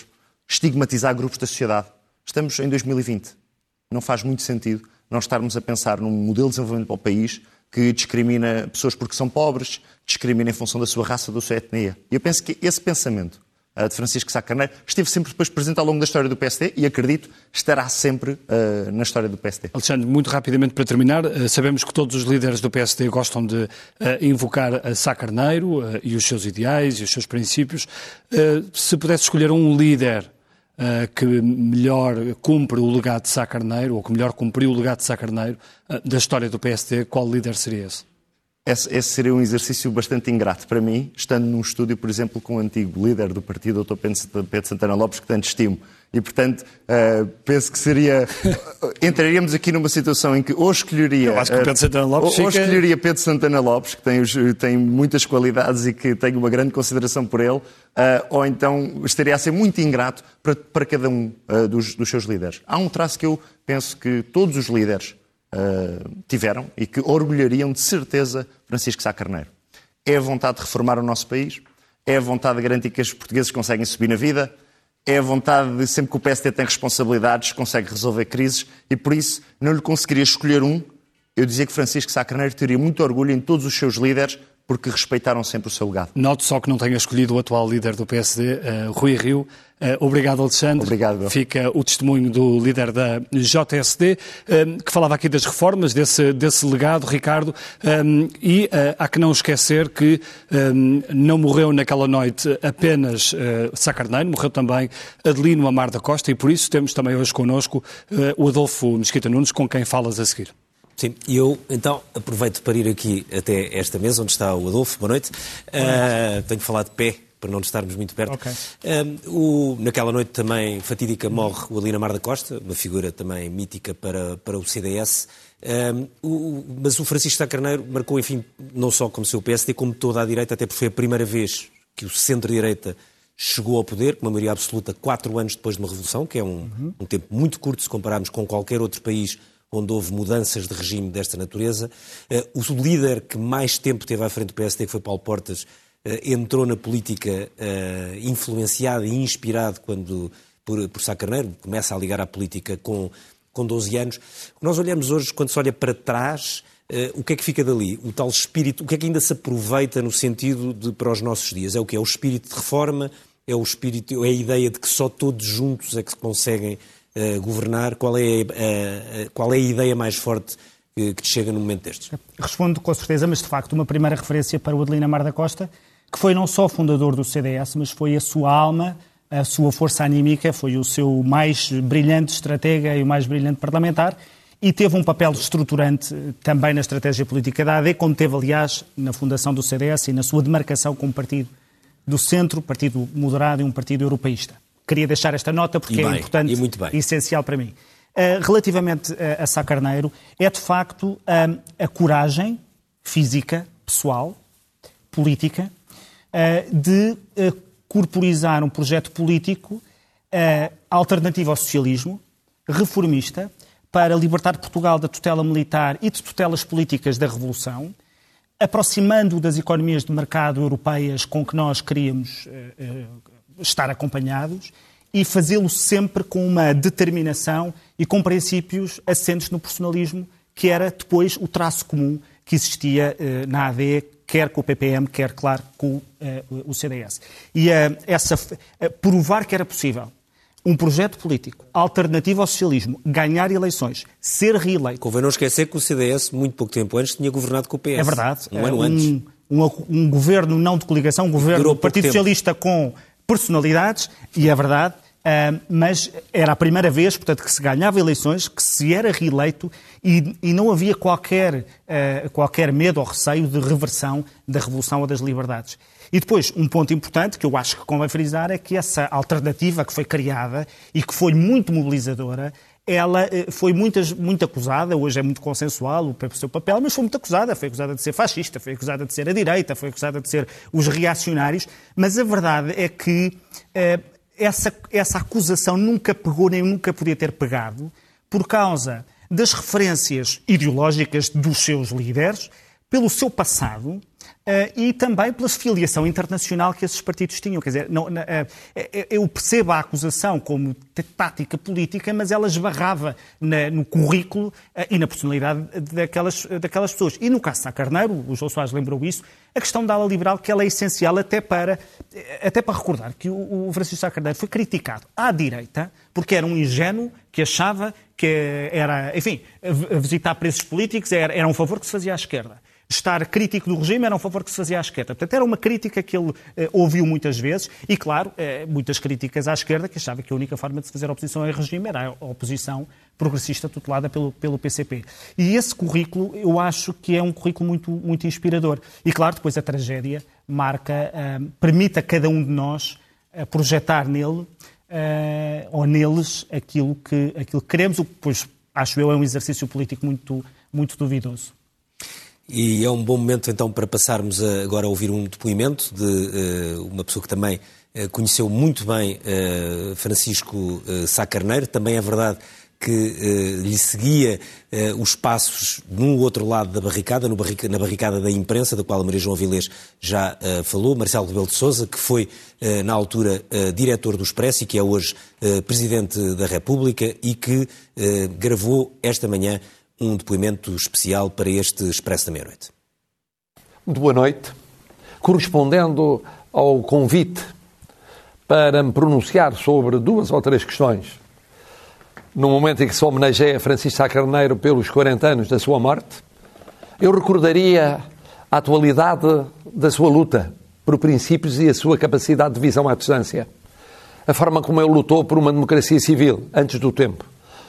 estigmatizar grupos da sociedade. Estamos em dois mil e vinte. Não faz muito sentido nós estarmos a pensar num modelo de desenvolvimento para o país que discrimina pessoas porque são pobres, discrimina em função da sua raça, da sua etnia. E eu penso que esse pensamento uh, de Francisco Sá Carneiro esteve sempre depois presente ao longo da história do P S D e, acredito, estará sempre uh, na história do P S D. Alexandre, muito rapidamente para terminar, uh, sabemos que todos os líderes do P S D gostam de uh, invocar a Sá Carneiro uh, e os seus ideais e os seus princípios. Uh, se pudesse escolher um líder Uh, que melhor cumpre o legado de Sá Carneiro, ou que melhor cumpriu o legado de Sá Carneiro, uh, da história do P S D, qual líder seria esse? esse? Esse seria um exercício bastante ingrato para mim, estando num estúdio, por exemplo, com o antigo líder do partido, doutor Pedro Santana Lopes, que tanto estimo. E, portanto, uh, penso que seria... Entraríamos aqui numa situação em que ou escolheria... Eu acho que o Pedro Santana Lopes ou, ou fica... escolheria Pedro Santana Lopes, que tem, os, tem muitas qualidades e que tenho uma grande consideração por ele, uh, ou então estaria a ser muito ingrato para, para cada um uh, dos, dos seus líderes. Há um traço que eu penso que todos os líderes uh, tiveram e que orgulhariam de certeza Francisco Sá Carneiro. É a vontade de reformar o nosso país, é a vontade de garantir que os portugueses conseguem subir na vida, é a vontade de, sempre que o P S D tem responsabilidades, consegue resolver crises e, por isso, não lhe conseguiria escolher um. Eu dizia que Francisco Sá Carneiro teria muito orgulho em todos os seus líderes porque respeitaram sempre o seu legado. Noto só que não tenha escolhido o atual líder do P S D, uh, Rui Rio. Uh, obrigado, Alexandre. Obrigado. Fica o testemunho do líder da J S D, um, que falava aqui das reformas, desse, desse legado, Ricardo, um, e uh, há que não esquecer que um, não morreu naquela noite apenas uh, Sá Carneiro, morreu também Adelino Amar da Costa, e por isso temos também hoje connosco uh, o Adolfo Mesquita Nunes, com quem falas a seguir. Sim, e eu então aproveito para ir aqui até esta mesa onde está o Adolfo. Boa noite. Uh, tenho que falar de pé para não estarmos muito perto. Okay. Uh, o, naquela noite também fatídica morre o Adelino Amar da Costa, uma figura também mítica para, para o C D S. Uh, o, mas o Francisco Sá Carneiro marcou, enfim, não só como seu P S D, como toda a direita, até porque foi a primeira vez que o centro-direita chegou ao poder, com uma maioria absoluta, quatro anos depois de uma revolução, que é um, uhum. um tempo muito curto se compararmos com qualquer outro país onde houve mudanças de regime desta natureza. Uh, o líder que mais tempo teve à frente do P S D, que foi Paulo Portas, uh, entrou na política uh, influenciado e inspirado quando, por, por Sá Carneiro, começa a ligar à política com, com doze anos. Nós olhamos hoje, quando se olha para trás, uh, o que é que fica dali? O tal espírito, o que é que ainda se aproveita no sentido de, para os nossos dias? É o que? É o espírito de reforma? É o espírito, é a ideia de que só todos juntos é que se conseguem Uh, governar? Qual é, uh, uh, qual é a ideia mais forte que, que te chega num momento destes? Respondo com certeza, mas de facto uma primeira referência para o Adelino Amar da Costa, que foi não só fundador do C D S, mas foi a sua alma, a sua força anímica, foi o seu mais brilhante estratega e o mais brilhante parlamentar, e teve um papel estruturante também na estratégia política da A D, como teve, aliás, na fundação do C D S e na sua demarcação como partido do centro, partido moderado e um partido europeísta. Queria deixar esta nota porque bem, é importante e essencial para mim. Uh, relativamente a, a Sá Carneiro, é de facto um, a coragem física, pessoal, política, uh, de uh, corporizar um projeto político uh, alternativo ao socialismo, reformista, para libertar Portugal da tutela militar e de tutelas políticas da Revolução, aproximando das economias de mercado europeias com que nós queríamos uh, uh, estar acompanhados e fazê-lo sempre com uma determinação e com princípios assentes no personalismo, que era depois o traço comum que existia uh, na A D, quer com o P P M, quer, claro, com uh, o C D S. E uh, essa, uh, provar que era possível um projeto político alternativo ao socialismo, ganhar eleições, ser reeleito. Convém não esquecer que o C D S, muito pouco tempo antes, tinha governado com o P S. É verdade. Um ano um, antes. Um, um governo não de coligação, um governo do Partido Socialista com personalidades, e é verdade, uh, mas era a primeira vez, portanto, que se ganhava eleições, que se era reeleito e, e não havia qualquer, uh, qualquer medo ou receio de reversão da Revolução ou das Liberdades. E depois, um ponto importante que eu acho que convém frisar é que essa alternativa que foi criada e que foi muito mobilizadora, ela foi muitas, muito acusada, hoje é muito consensual o seu papel, mas foi muito acusada, foi acusada de ser fascista, foi acusada de ser a direita, foi acusada de ser os reacionários, mas a verdade é que eh, essa, essa acusação nunca pegou nem nunca podia ter pegado por causa das referências ideológicas dos seus líderes, pelo seu passado e também pela filiação internacional que esses partidos tinham. Quer dizer, não, eu percebo a acusação como tática política, mas ela esbarrava na, no currículo e na personalidade daquelas, daquelas pessoas. E no caso de Sá Carneiro, o João Soares lembrou isso, a questão da ala liberal, que ela é essencial até para, até para recordar que o, o Francisco Sá Carneiro foi criticado à direita porque era um ingênuo que achava que era, enfim, visitar presos políticos era, era um favor que se fazia à esquerda. Estar crítico do regime era um favor que se fazia à esquerda. Portanto, era uma crítica que ele eh, ouviu muitas vezes e, claro, eh, muitas críticas à esquerda, que achava que a única forma de se fazer oposição ao regime era a oposição progressista tutelada pelo, pelo P C P. E esse currículo, eu acho que é um currículo muito, muito inspirador. E, claro, depois a tragédia marca, eh, permite a cada um de nós eh, projetar nele eh, ou neles aquilo que, aquilo que queremos, o que, pois, acho eu, é um exercício político muito, muito duvidoso. E é um bom momento, então, para passarmos a, agora a ouvir um depoimento de uh, uma pessoa que também uh, conheceu muito bem uh, Francisco uh, Sá Carneiro. Também é verdade que uh, lhe seguia uh, os passos no outro lado da barricada, no barrica, na barricada da imprensa, da qual a Maria João Avilés já uh, falou, Marcelo Rebelo de Sousa, que foi, uh, na altura, uh, diretor do Expresso e que é hoje uh, Presidente da República e que uh, gravou esta manhã um depoimento especial para este Expresso da Meia-Noite. Muito boa noite. Correspondendo ao convite para me pronunciar sobre duas ou três questões, no momento em que se homenageia Francisco Sá Carneiro pelos quarenta anos da sua morte, eu recordaria a atualidade da sua luta por princípios e a sua capacidade de visão à distância. A forma como ele lutou por uma democracia civil antes do tempo.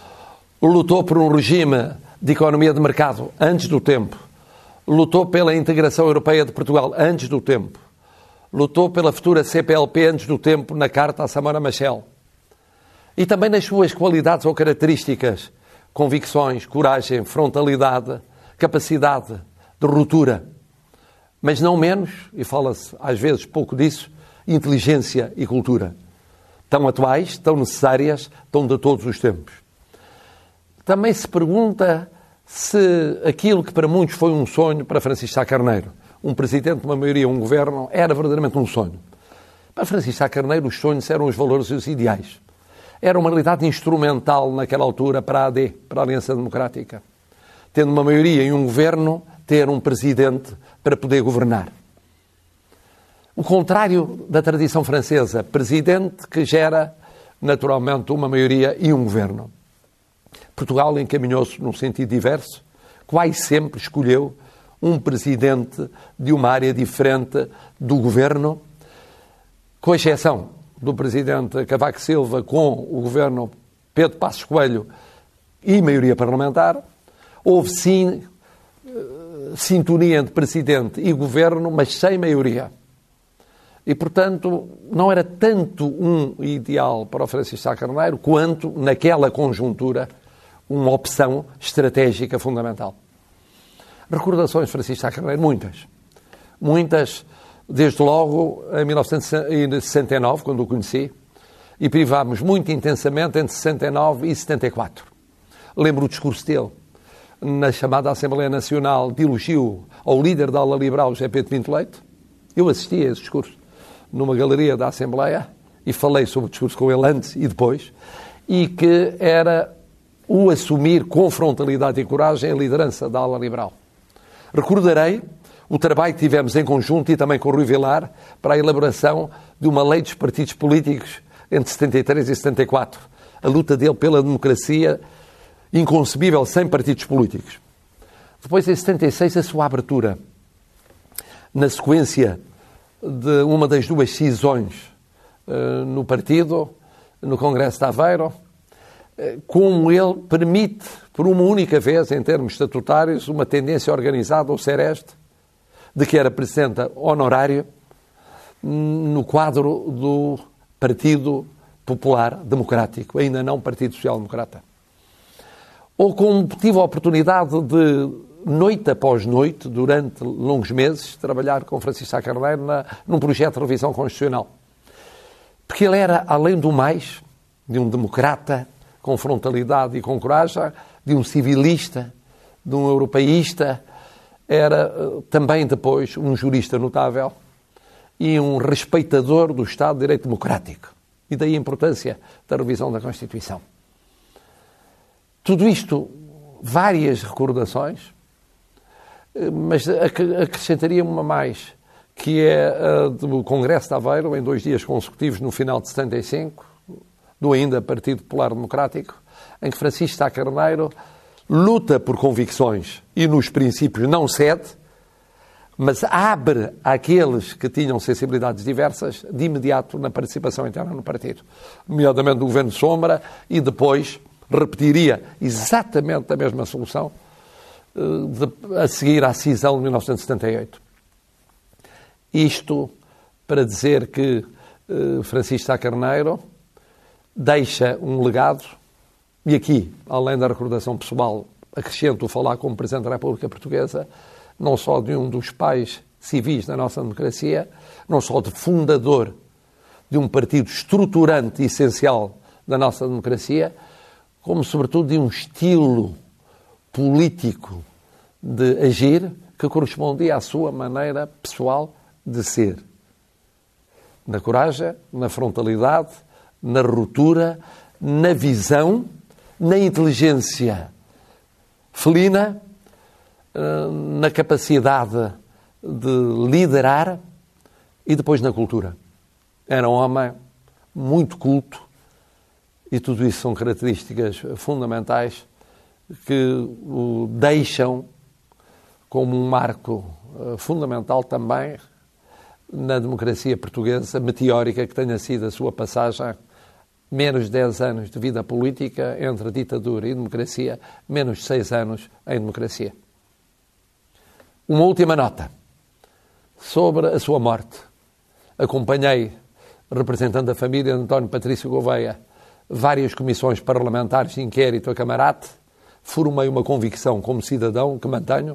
Lutou por um regime de economia de mercado antes do tempo. Lutou pela integração europeia de Portugal antes do tempo. Lutou pela futura C P L P antes do tempo na carta a Samora Machel. E também nas suas qualidades ou características, convicções, coragem, frontalidade, capacidade de ruptura. Mas não menos, e fala-se às vezes pouco disso, inteligência e cultura. Tão atuais, tão necessárias, tão de todos os tempos. Também se pergunta se aquilo que para muitos foi um sonho para Francisco Sá Carneiro, um presidente, uma maioria, um governo, era verdadeiramente um sonho. Para Francisco Sá Carneiro, os sonhos eram os valores e os ideais. Era uma realidade instrumental naquela altura para a A D, para a Aliança Democrática. Tendo uma maioria e um governo, ter um presidente para poder governar. O contrário da tradição francesa, presidente que gera naturalmente uma maioria e um governo. Portugal encaminhou-se num sentido diverso, quase sempre escolheu um presidente de uma área diferente do governo, com exceção do presidente Cavaco Silva com o governo Pedro Passos Coelho e maioria parlamentar. Houve sim sintonia entre presidente e governo, mas sem maioria. E, portanto, não era tanto um ideal para o Francisco Sá Carneiro quanto, naquela conjuntura, uma opção estratégica fundamental. Recordações de Francisco Sá Carneiro, muitas. Muitas, desde logo, em mil novecentos e sessenta e nove, quando o conheci, e privámos muito intensamente entre sessenta e nove e setenta e quatro. Lembro o discurso dele, na chamada Assembleia Nacional de elogio ao líder da ala liberal, José Pedro Pinto Leite. Eu assisti a esse discurso numa galeria da Assembleia e falei sobre o discurso com ele antes e depois, e que era o assumir com frontalidade e coragem a liderança da ala liberal. Recordarei o trabalho que tivemos em conjunto e também com o Rui Vilar para a elaboração de uma lei dos partidos políticos entre setenta e três e setenta e quatro. A luta dele pela democracia inconcebível sem partidos políticos. Depois, em setenta e seis, a sua abertura. Na sequência de uma das duas cisões uh, no partido, no Congresso de Aveiro, como ele permite, por uma única vez, em termos estatutários, uma tendência organizada, ou sereste, de que era presidente honorário no quadro do Partido Popular Democrático, ainda não Partido Social Democrata. Ou como tive a oportunidade de, noite após noite, durante longos meses, trabalhar com Francisco Sá Carneiro na, num projeto de revisão constitucional. Porque ele era, além do mais, de um democrata, com frontalidade e com coragem, de um civilista, de um europeísta, era também depois um jurista notável e um respeitador do Estado de Direito Democrático. E daí a importância da revisão da Constituição. Tudo isto, várias recordações, mas acrescentaria uma mais, que é a do Congresso de Aveiro, em dois dias consecutivos, no final de setenta e cinco, do ainda Partido Popular Democrático, em que Francisco Sá Carneiro luta por convicções e nos princípios não cede, mas abre àqueles que tinham sensibilidades diversas de imediato na participação interna no partido, nomeadamente do Governo de Sombra, e depois repetiria exatamente a mesma solução de, a seguir à cisão de mil novecentos e setenta e oito. Isto para dizer que uh, Francisco Sá Carneiro deixa um legado, e aqui, além da recordação pessoal, acrescento falar como Presidente da República Portuguesa, não só de um dos pais civis da nossa democracia, não só de fundador de um partido estruturante e essencial da nossa democracia, como sobretudo de um estilo político de agir que correspondia à sua maneira pessoal de ser. Na coragem, na frontalidade, na ruptura, na visão, na inteligência felina, na capacidade de liderar e depois na cultura. Era um homem muito culto e tudo isso são características fundamentais que o deixam como um marco fundamental também na democracia portuguesa, meteórica que tenha sido a sua passagem, menos de dez anos de vida política entre ditadura e democracia, menos de seis anos em democracia. Uma última nota sobre a sua morte. Acompanhei, representando a família de António Patrício Gouveia, várias comissões parlamentares de inquérito a Camarate, formei uma convicção como cidadão que mantenho,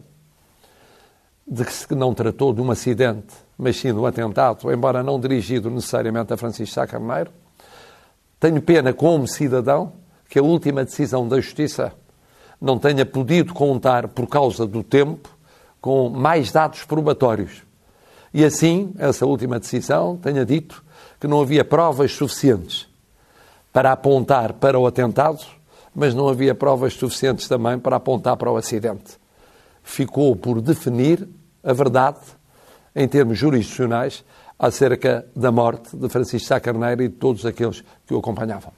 de que se não tratou de um acidente, mas sim de um atentado, embora não dirigido necessariamente a Francisco Sá Carneiro. Tenho pena, como cidadão, que a última decisão da Justiça não tenha podido contar, por causa do tempo, com mais dados probatórios. E assim, essa última decisão tenha dito que não havia provas suficientes para apontar para o atentado, mas não havia provas suficientes também para apontar para o acidente. Ficou por definir a verdade, em termos jurisdicionais, acerca da morte de Francisco Sá Carneiro e de todos aqueles que o acompanhavam.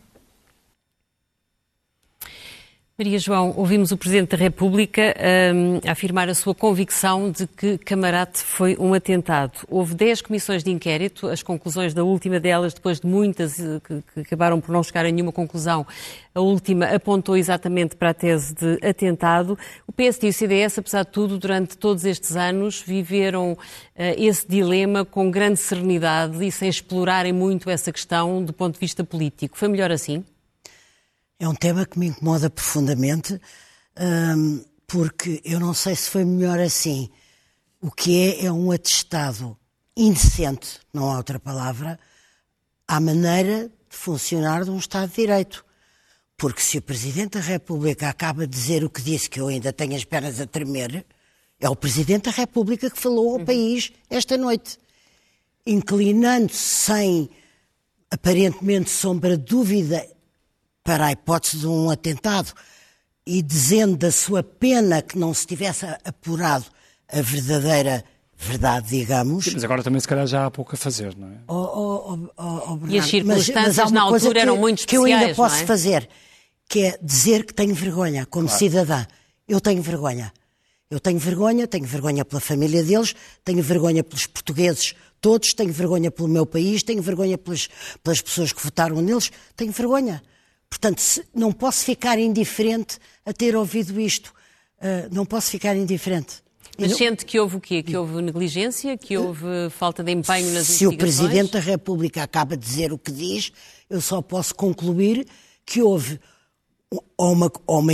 Maria João, ouvimos o Presidente da República um, afirmar a sua convicção de que Camarate foi um atentado. Houve dez comissões de inquérito, as conclusões da última delas, depois de muitas que, que acabaram por não chegar a nenhuma conclusão, a última apontou exatamente para a tese de atentado. O P S D e o C D S, apesar de tudo, durante todos estes anos, viveram uh, esse dilema com grande serenidade e sem explorarem muito essa questão do ponto de vista político. Foi melhor assim? É um tema que me incomoda profundamente, hum, porque eu não sei se foi melhor assim. O que é, é um atestado indecente, não há outra palavra, à maneira de funcionar de um Estado de Direito. Porque se o Presidente da República acaba de dizer o que disse, que eu ainda tenho as pernas a tremer, é o Presidente da República que falou ao país esta noite, inclinando-se sem aparentemente sombra de dúvida para a hipótese de um atentado e dizendo da sua pena que não se tivesse apurado a verdadeira verdade, digamos. Sim, mas agora também se calhar já há pouco a fazer, não é? Oh, oh, oh, oh, Bernardo, e as circunstâncias mas, mas na altura que, eram muito especiais, que eu ainda posso não é? fazer, que é dizer que tenho vergonha como claro. Cidadã. Eu tenho vergonha. Eu tenho vergonha, tenho vergonha pela família deles, tenho vergonha pelos portugueses todos, tenho vergonha pelo meu país, tenho vergonha pelas, pelas pessoas que votaram neles, tenho vergonha. Portanto, não posso ficar indiferente a ter ouvido isto. Uh, não posso ficar indiferente. Mas sente que houve o quê? Que houve negligência? Que houve falta de empenho nas Se investigações? Se o Presidente da República acaba de dizer o que diz, eu só posso concluir que houve uma, uma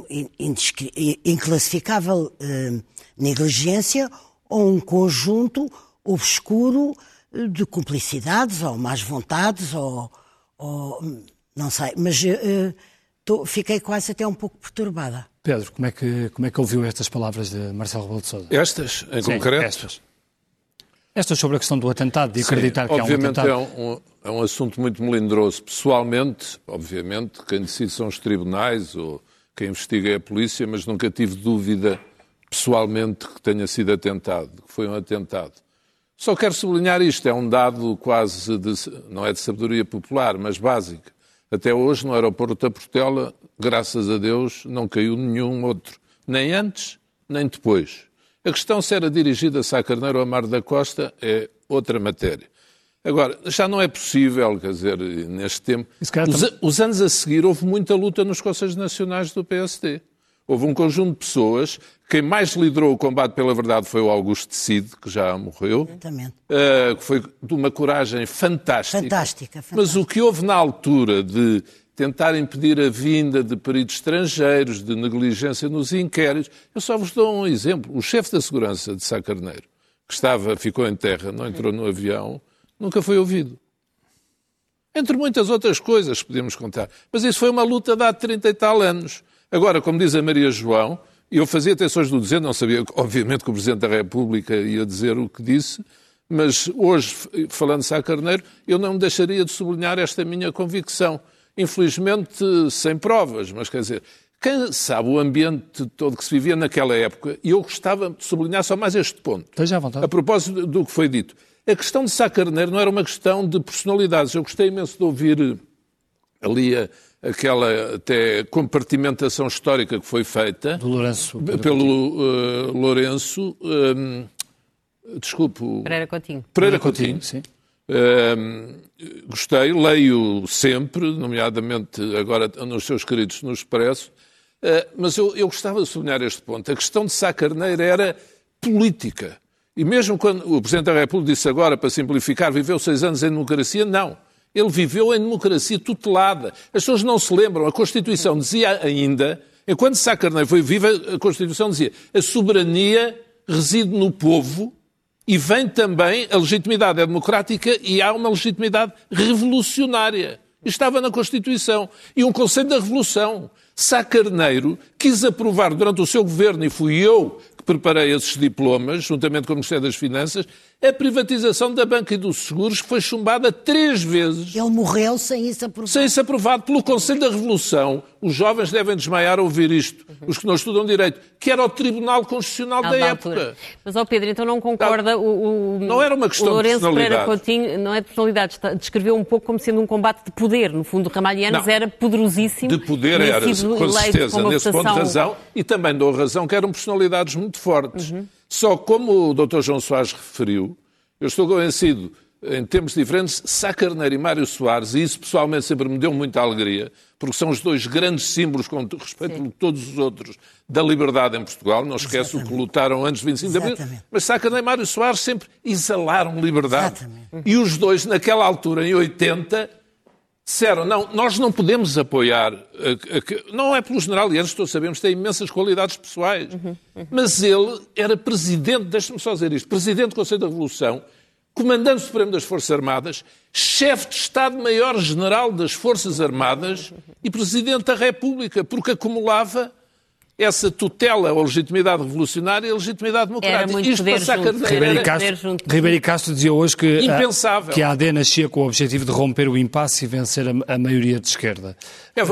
inclassificável uh, negligência ou um conjunto obscuro de cumplicidades ou más vontades ou... ou não sei, mas uh, tô, fiquei quase até um pouco perturbada. Pedro, como é que, como é que ouviu estas palavras de Marcelo Rebelo de Sousa? Estas, em Sim, concreto? Estas. Estas sobre a questão do atentado, de acreditar Sim, que há um atentado. Obviamente é um, é um assunto muito melindroso. Pessoalmente, obviamente, quem decide são os tribunais ou quem investiga é a polícia, mas nunca tive dúvida pessoalmente que tenha sido atentado, que foi um atentado. Só quero sublinhar isto, é um dado quase, de, não é de sabedoria popular, mas básico. Até hoje, no aeroporto da Portela, graças a Deus, não caiu nenhum outro, nem antes, nem depois. A questão se era dirigida a Sá Carneiro ou a Mar da Costa é outra matéria. Agora, já não é possível, quer dizer, neste tempo... Os, os anos a seguir houve muita luta nos Conselhos Nacionais do P S D. Houve um conjunto de pessoas, quem mais liderou o combate pela verdade foi o Augusto Cid, que já morreu, uh, que foi de uma coragem fantástica. Fantástica, fantástica. Mas o que houve na altura de tentar impedir a vinda de peritos estrangeiros, de negligência nos inquéritos, eu só vos dou um exemplo. O chefe da segurança de Sá Carneiro, que estava, ficou em terra, não entrou no avião, nunca foi ouvido. Entre muitas outras coisas que podemos contar. Mas isso foi uma luta de há trinta e tal anos. Agora, como diz a Maria João, eu fazia atenções do dizer, não sabia, obviamente, que o Presidente da República ia dizer o que disse, mas hoje, falando de Sá Carneiro, eu não me deixaria de sublinhar esta minha convicção. Infelizmente, sem provas, mas quer dizer, quem sabe o ambiente todo que se vivia naquela época, e eu gostava de sublinhar só mais este ponto. Esteja à vontade. A propósito do que foi dito. A questão de Sá Carneiro não era uma questão de personalidades. Eu gostei imenso de ouvir ali a, aquela até compartimentação histórica que foi feita do Lourenço, pelo uh, Lourenço. Um, desculpe. Pereira Coutinho. Pereira Coutinho, sim. Um, gostei, leio sempre, nomeadamente agora nos seus queridos no Expresso, uh, mas eu, eu gostava de sublinhar este ponto. A questão de Sá Carneiro era política. E mesmo quando o Presidente da República disse agora, para simplificar, viveu seis anos em democracia, não. Ele viveu em democracia tutelada. As pessoas não se lembram. A Constituição dizia ainda, enquanto Sá Carneiro foi viva, a Constituição dizia a soberania reside no povo e vem também, a legitimidade é democrática e há uma legitimidade revolucionária. Estava na Constituição. E um Conselho da Revolução. Sá Carneiro quis aprovar durante o seu governo, e fui eu que preparei esses diplomas, juntamente com o Ministério das Finanças, a privatização da banca e dos seguros, que foi chumbada três vezes. Ele morreu sem isso aprovado. Sem isso aprovado pelo Conselho da Revolução. Os jovens devem desmaiar a ouvir isto, uhum. Os que não estudam direito, que era o Tribunal Constitucional não, da, da época. Altura. Mas, ó Pedro, então não concorda não, o, o... Não era uma questão o Lourenço de personalidade. Pereira Coutinho, não é de personalidade, descreveu um pouco como sendo um combate de poder. No fundo, Ramalhianos era poderosíssimo. De poder era, com certeza, nesse ponto de razão. E também dou razão que eram personalidades muito fortes. Uhum. Só como o doutor João Soares referiu, eu estou convencido, em termos diferentes, Sá Carneiro e Mário Soares, e isso pessoalmente sempre me deu muita alegria, porque são os dois grandes símbolos, com respeito a todos os outros, da liberdade em Portugal. Não esqueço o que lutaram antes de vinte e cinco de abril, mas Sá Carneiro e Mário Soares sempre exalaram liberdade. Exatamente. E os dois, naquela altura, em oitenta, disseram, não, nós não podemos apoiar, não é pelo general, e antes todos sabemos que tem imensas qualidades pessoais, uhum, uhum. Mas ele era presidente, deixe-me só dizer isto, presidente do Conselho da Revolução, comandante supremo das Forças Armadas, chefe de Estado-Maior-General das Forças Armadas e presidente da República, porque acumulava essa tutela ou legitimidade revolucionária e a legitimidade democrática. Isto para Sá Carneiro Ribeiro Castro, Ribeiro Castro dizia hoje que impensável. A, que a A D nascia com o objetivo de romper o impasse e vencer a, a maioria de esquerda. É,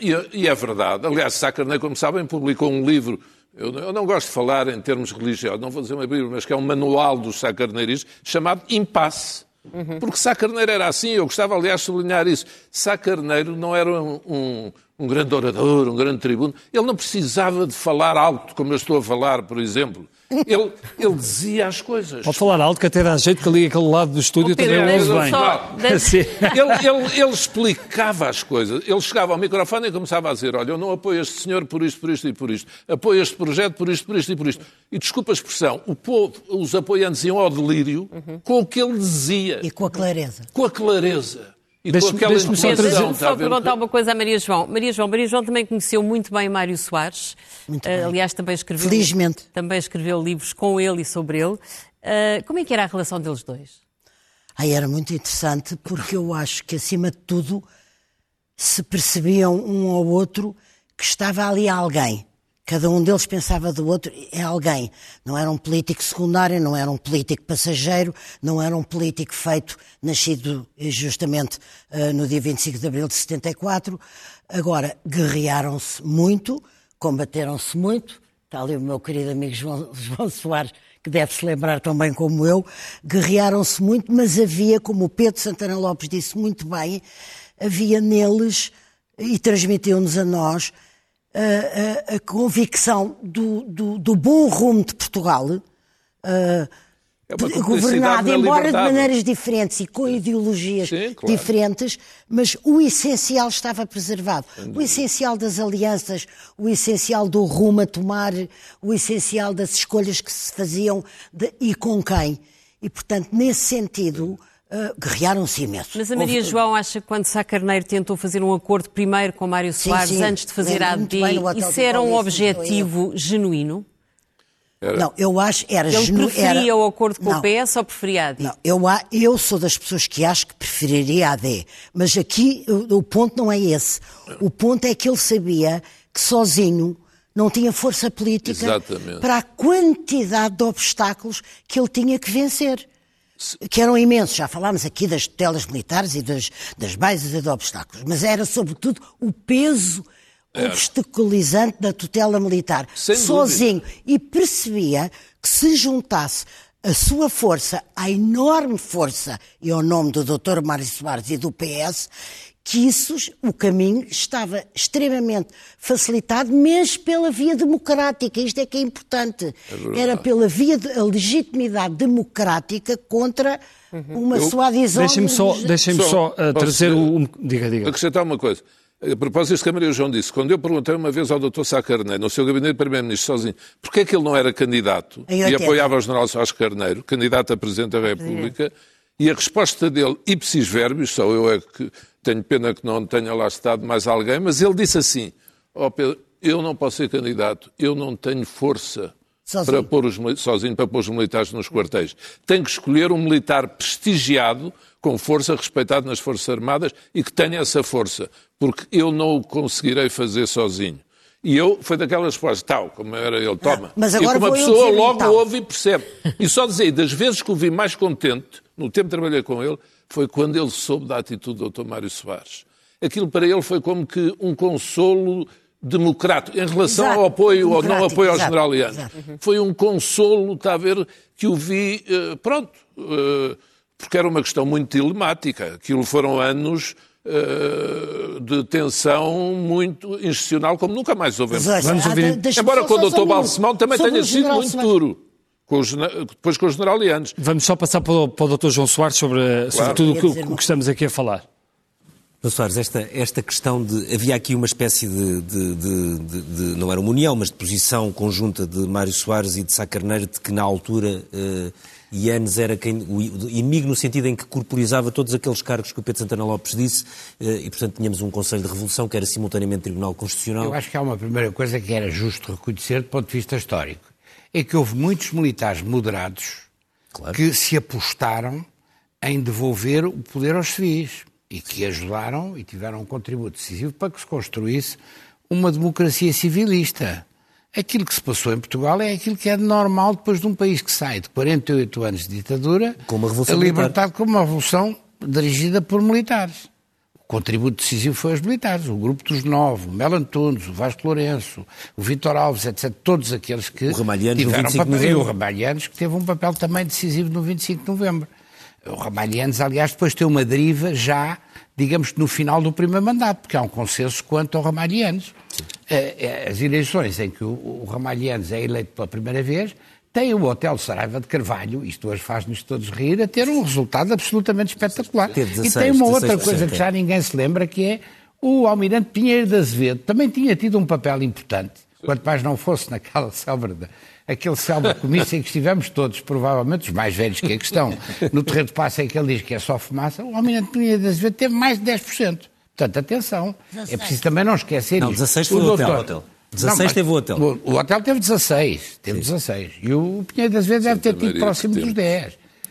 e é verdade. Aliás, Sá Carneiro, como sabem, publicou um livro. Eu, eu não gosto de falar em termos religiosos, não vou dizer uma Bíblia, mas que é um manual dos Sá Carneiristas chamado Impasse. Uhum. Porque Sá Carneiro era assim, eu gostava, aliás, de sublinhar isso. Sá Carneiro não era um, um, um grande orador, um grande tribuno. Ele não precisava de falar alto, como eu estou a falar, por exemplo. Ele, ele dizia as coisas. Pode falar alto, que até dá jeito que ali aquele lado do estúdio também ouve bem. Só... ele, ele, ele explicava as coisas. Ele chegava ao microfone e começava a dizer, olha, eu não apoio este senhor por isto, por isto e por isto. Apoio este projeto por isto, por isto e por isto. E desculpa a expressão, o povo, os apoiantes iam ao delírio uhum. com o que ele dizia. E com a clareza. Com a clareza. E deixe-me deixe só, Deixe só perguntar uma coisa à Maria João. Maria João, Maria João também conheceu muito bem Mário Soares. Muito bem. Uh, aliás, também escreveu, Felizmente. Também escreveu livros com ele e sobre ele. Uh, como é que era a relação deles dois? Ah, era muito interessante porque eu acho que, acima de tudo, se percebiam um ao outro que estava ali alguém. Cada um deles pensava do outro, é alguém. Não era um político secundário, não era um político passageiro, não era um político feito, nascido justamente uh, no dia vinte e cinco de abril de setenta e quatro. Agora, guerrearam-se muito, combateram-se muito. Está ali o meu querido amigo João, João Soares, que deve se lembrar tão bem como eu. Guerrearam-se muito, mas havia, como o Pedro Santana Lopes disse muito bem, havia neles, e transmitiu-nos a nós, A, a, a convicção do, do, do bom rumo de Portugal, uh, é governado, embora de maneiras diferentes e com ideologias Sim, claro. diferentes, mas o essencial estava preservado. O essencial das alianças, o essencial do rumo a tomar, o essencial das escolhas que se faziam de, e com quem. E, portanto, nesse sentido... Uh, guerrearam-se imenso. Mas a Maria Houve... João acha que quando Sá Carneiro tentou fazer um acordo primeiro com Mário Soares, sim, sim. antes de fazer a A D, isso era um objetivo genuíno? Era. Não, eu acho era Ele genuíno. preferia era... o acordo com não. o P S ou preferia a A D? Não, eu, eu sou das pessoas que acho que preferiria a AD. Mas aqui o, o ponto não é esse. O ponto é que ele sabia que sozinho não tinha força política Exatamente. para a quantidade de obstáculos que ele tinha que vencer. Que eram imensos, já falámos aqui das tutelas militares e das, das bases e de obstáculos, mas era sobretudo o peso é. obstaculizante da tutela militar, Sem sozinho, dúvida. E percebia que se juntasse a sua força, a enorme força, e ao nome do doutor Mário Soares e do P S, que isso, o caminho estava extremamente facilitado, mesmo pela via democrática. Isto é que é importante. É Era pela via de a legitimidade democrática contra uhum. uma suadizão... Deixem-me só, deixem-me só, só uh, trazer o... Um... Diga, diga. Acrescentar uma coisa. A propósito disto que a Maria João disse, quando eu perguntei uma vez ao doutor Sá Carneiro, no seu gabinete de primeiro-ministro sozinho, porquê é que ele não era candidato e apoiava o general Soares Carneiro, candidato a Presidente da República, é. e a resposta dele, ipsis verbis, só eu é que... Tenho pena que não tenha lá estado mais alguém, mas ele disse assim, oh Pedro, eu não posso ser candidato, eu não tenho força para pôr os, sozinho para pôr os militares nos quartéis. Tenho que escolher um militar prestigiado, com força, respeitado nas Forças Armadas e que tenha essa força, porque eu não o conseguirei fazer sozinho. E eu, foi daquelas respostas, tal, como era ele, toma. Ah, mas agora e como a pessoa logo ouve e percebe. E só dizer, das vezes que o vi mais contente, no tempo que trabalhei com ele, foi quando ele soube da atitude do doutor Mário Soares. Aquilo para ele foi como que um consolo democrático, em relação exato, ao apoio ou não apoio ao exato, general Liano. Exato. Foi um consolo, está a ver, que o vi, uh, pronto, uh, porque era uma questão muito dilemática. Aquilo foram anos uh, de tensão muito institucional, como nunca mais houvemos. Vamos ouvir. Embora com o doutor Balsemão também tenha sido muito duro. Com o, depois com os general Lianos. Vamos só passar para o, para o doutor João Soares sobre, claro. sobre tudo o que, que estamos aqui a falar. doutor Soares, esta, esta questão de... Havia aqui uma espécie de, de, de, de, de... Não era uma união, mas de posição conjunta de Mário Soares e de Sá Carneiro, de que na altura uh, Yanes era quem... O inimigo no sentido em que corporizava todos aqueles cargos que o Pedro Santana Lopes disse uh, e, portanto, tínhamos um Conselho de Revolução que era simultaneamente Tribunal Constitucional. Eu acho que há uma primeira coisa que era justo reconhecer do ponto de vista histórico. É que houve muitos militares moderados claro. que se apostaram em devolver o poder aos civis e que ajudaram e tiveram um contributo decisivo para que se construísse uma democracia civilista. Aquilo que se passou em Portugal é aquilo que é normal depois de um país que sai de quarenta e oito anos de ditadura, com uma revolução libertado como uma revolução dirigida por militares. O contributo decisivo foi aos militares, o Grupo dos Nove, o Melo Antunes, o Vasco Lourenço, o Vítor Alves, etcétera. Todos aqueles que o Ramalhianos tiveram no vinte e cinco papel. de E o Ramalhianos, que teve um papel também decisivo no vinte e cinco de novembro. O Ramalhianos, aliás, depois tem uma deriva já, digamos, no final do primeiro mandato, porque há um consenso quanto ao Ramalhianos. As eleições em que o Ramalhianos é eleito pela primeira vez tem o Hotel Saraiva de Carvalho, isto hoje faz-nos todos rir, a ter um resultado absolutamente espetacular. dezasseis, e tem uma outra dezasseis por cento coisa que já ninguém se lembra, que é o Almirante Pinheiro de Azevedo. Também tinha tido um papel importante, quanto mais não fosse naquela célebre, aquele célebre comício em que estivemos todos, provavelmente os mais velhos que a questão, no Terreiro de Paço em que ele diz que é só fumaça, o Almirante Pinheiro de Azevedo teve mais de dez por cento. Portanto, atenção, é preciso também não esquecer não, isto. dezasseis foi o doutor, hotel. dezasseis não, teve o hotel. O, o hotel teve dezasseis. Teve dezasseis. E o Pinheiro das vezes deve ter tido próximo dos dez.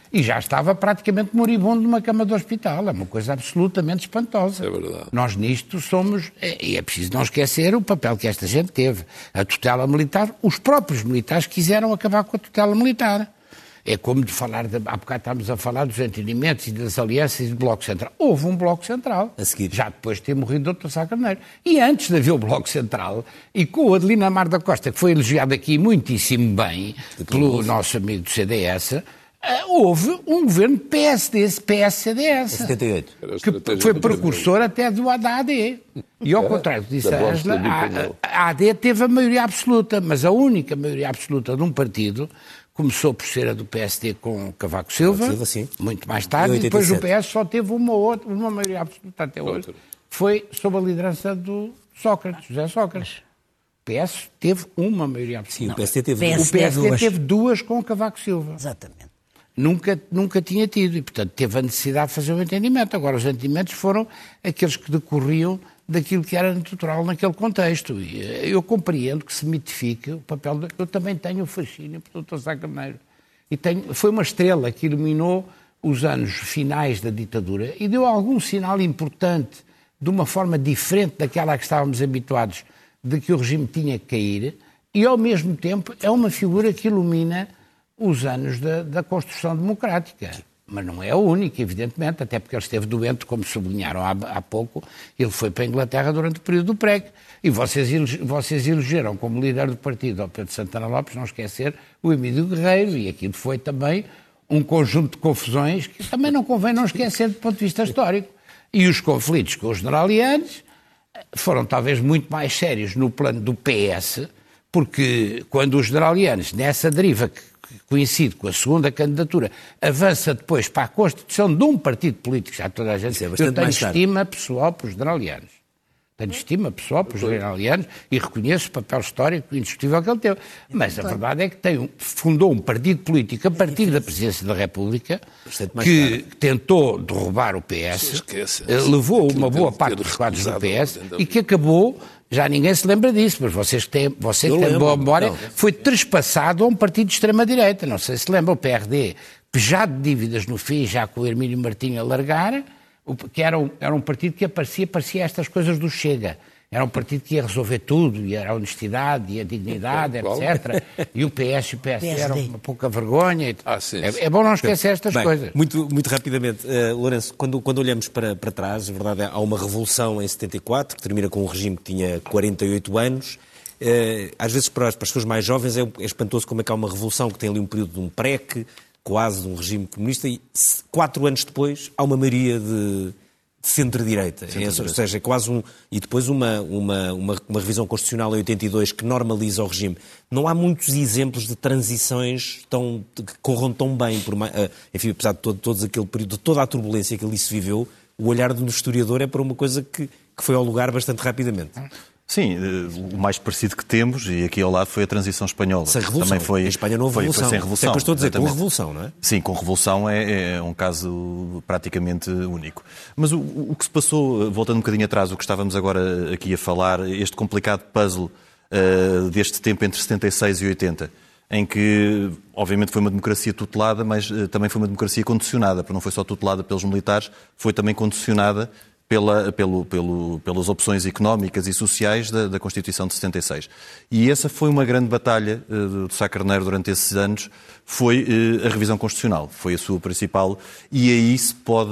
e já estava praticamente moribundo numa cama de hospital. É uma coisa absolutamente espantosa. É verdade. Nós nisto somos, e é preciso não esquecer o papel que esta gente teve. A tutela militar, os próprios militares quiseram acabar com a tutela militar. É como de falar, de, há bocado estávamos a falar dos entendimentos e das alianças e do Bloco Central. Houve um Bloco Central, a seguir, já depois de ter morrido o doutor Sá Carneiro. E antes de haver o Bloco Central, e com o Adelina Mar da Costa, que foi elogiado aqui muitíssimo bem pelo nosso amigo do C D S, houve um governo P S D, P S C D S, setenta e oito. que foi precursor até do da A D. E ao contrário do que disse a Ângela, a, a AD teve a maioria absoluta, mas a única maioria absoluta de um partido começou por ser a do P S D com Cavaco Silva, Silva, sim. muito mais tarde, e depois o P S só teve uma, outra, uma maioria absoluta até hoje, foi sob a liderança do Sócrates, José Sócrates. O P S teve uma maioria absoluta. Sim, o P S D teve, P S D o P S D duas. teve duas com Cavaco Silva. Exatamente. Nunca, nunca tinha tido e, portanto, teve a necessidade de fazer um entendimento. Agora, os entendimentos foram aqueles que decorriam daquilo que era natural naquele contexto. E eu compreendo que se mitifique o papel... De... Eu também tenho o fascínio por doutor Sá Carneiro. E tenho... Foi uma estrela que iluminou os anos finais da ditadura e deu algum sinal importante, de uma forma diferente daquela a que estávamos habituados, de que o regime tinha que cair, e, ao mesmo tempo, é uma figura que ilumina os anos da, da construção democrática. Mas não é a única, evidentemente, até porque ele esteve doente, como sublinharam há, há pouco, ele foi para a Inglaterra durante o período do P R E C. E vocês, vocês elegeram como líder do partido ao Pedro Santana Lopes, não esquecer, o Emílio Guerreiro, e aquilo foi também um conjunto de confusões que também não convém não esquecer do ponto de vista histórico. E os conflitos com os generalianos foram talvez muito mais sérios no plano do P S, porque quando os generalianos, nessa deriva que coincide com a segunda candidatura, avança depois para a constituição de um partido político, já toda a gente... É eu tenho estima pessoal para os generalianos. Tenho estima pessoal para os generalianos e reconheço o papel histórico indiscutível que ele teve. Mas a verdade é que tem um, fundou um partido político a partir da presidência da República que tentou derrubar o P S, levou uma boa parte dos quadros do P S e que acabou... Já ninguém se lembra disso, mas vocês que têm, você que tem boa memória, foi trespassado a um partido de extrema-direita. Não sei se lembra, o P R D, pejado de dívidas no fim, já com o Hermínio Martinho a largar, que era um, era um partido que aparecia, parecia estas coisas do Chega. Era um partido que ia resolver tudo, e era a honestidade, e a dignidade, etcétera. E o P S e o P S D eram uma pouca vergonha. Ah, sim, sim. É, é bom não esquecer estas Bem, coisas. Muito, muito rapidamente, uh, Lourenço, quando, quando olhamos para, para trás, a verdade é há uma revolução em setenta e quatro, que termina com um regime que tinha quarenta e oito anos. Uh, às vezes, para as, para as pessoas mais jovens, é, é espantoso como é que há uma revolução que tem ali um período de um P R E C, quase de um regime comunista, e quatro anos depois há uma maioria de... de centro-direita, é, ou seja, é quase um... E depois uma, uma, uma, uma revisão constitucional em oitenta e dois que normaliza o regime. Não há muitos exemplos de transições tão, que corram tão bem, por uma, enfim, apesar de todo, todos aquele período, de toda a turbulência que ali se viveu, o olhar do historiador é para uma coisa que, que foi ao lugar bastante rapidamente. Sim, o mais parecido que temos, e aqui ao lado, foi a transição espanhola. Sem revolução. Também foi, em Espanha não houve foi, revolução. Foi sem revolução. Depois estou a dizer, exatamente. com revolução, não é? Sim, com revolução é, é um caso praticamente único. Mas o, o que se passou, voltando um bocadinho atrás, o que estávamos agora aqui a falar, este complicado puzzle uh, deste tempo entre setenta e seis e oitenta, em que, obviamente, foi uma democracia tutelada, mas uh, também foi uma democracia condicionada, porque não foi só tutelada pelos militares, foi também condicionada Pela, pelo, pelo, pelas opções económicas e sociais da, da Constituição de setenta e seis. E essa foi uma grande batalha uh, do Sá Carneiro durante esses anos, foi uh, a revisão constitucional, foi a sua principal, e aí se pode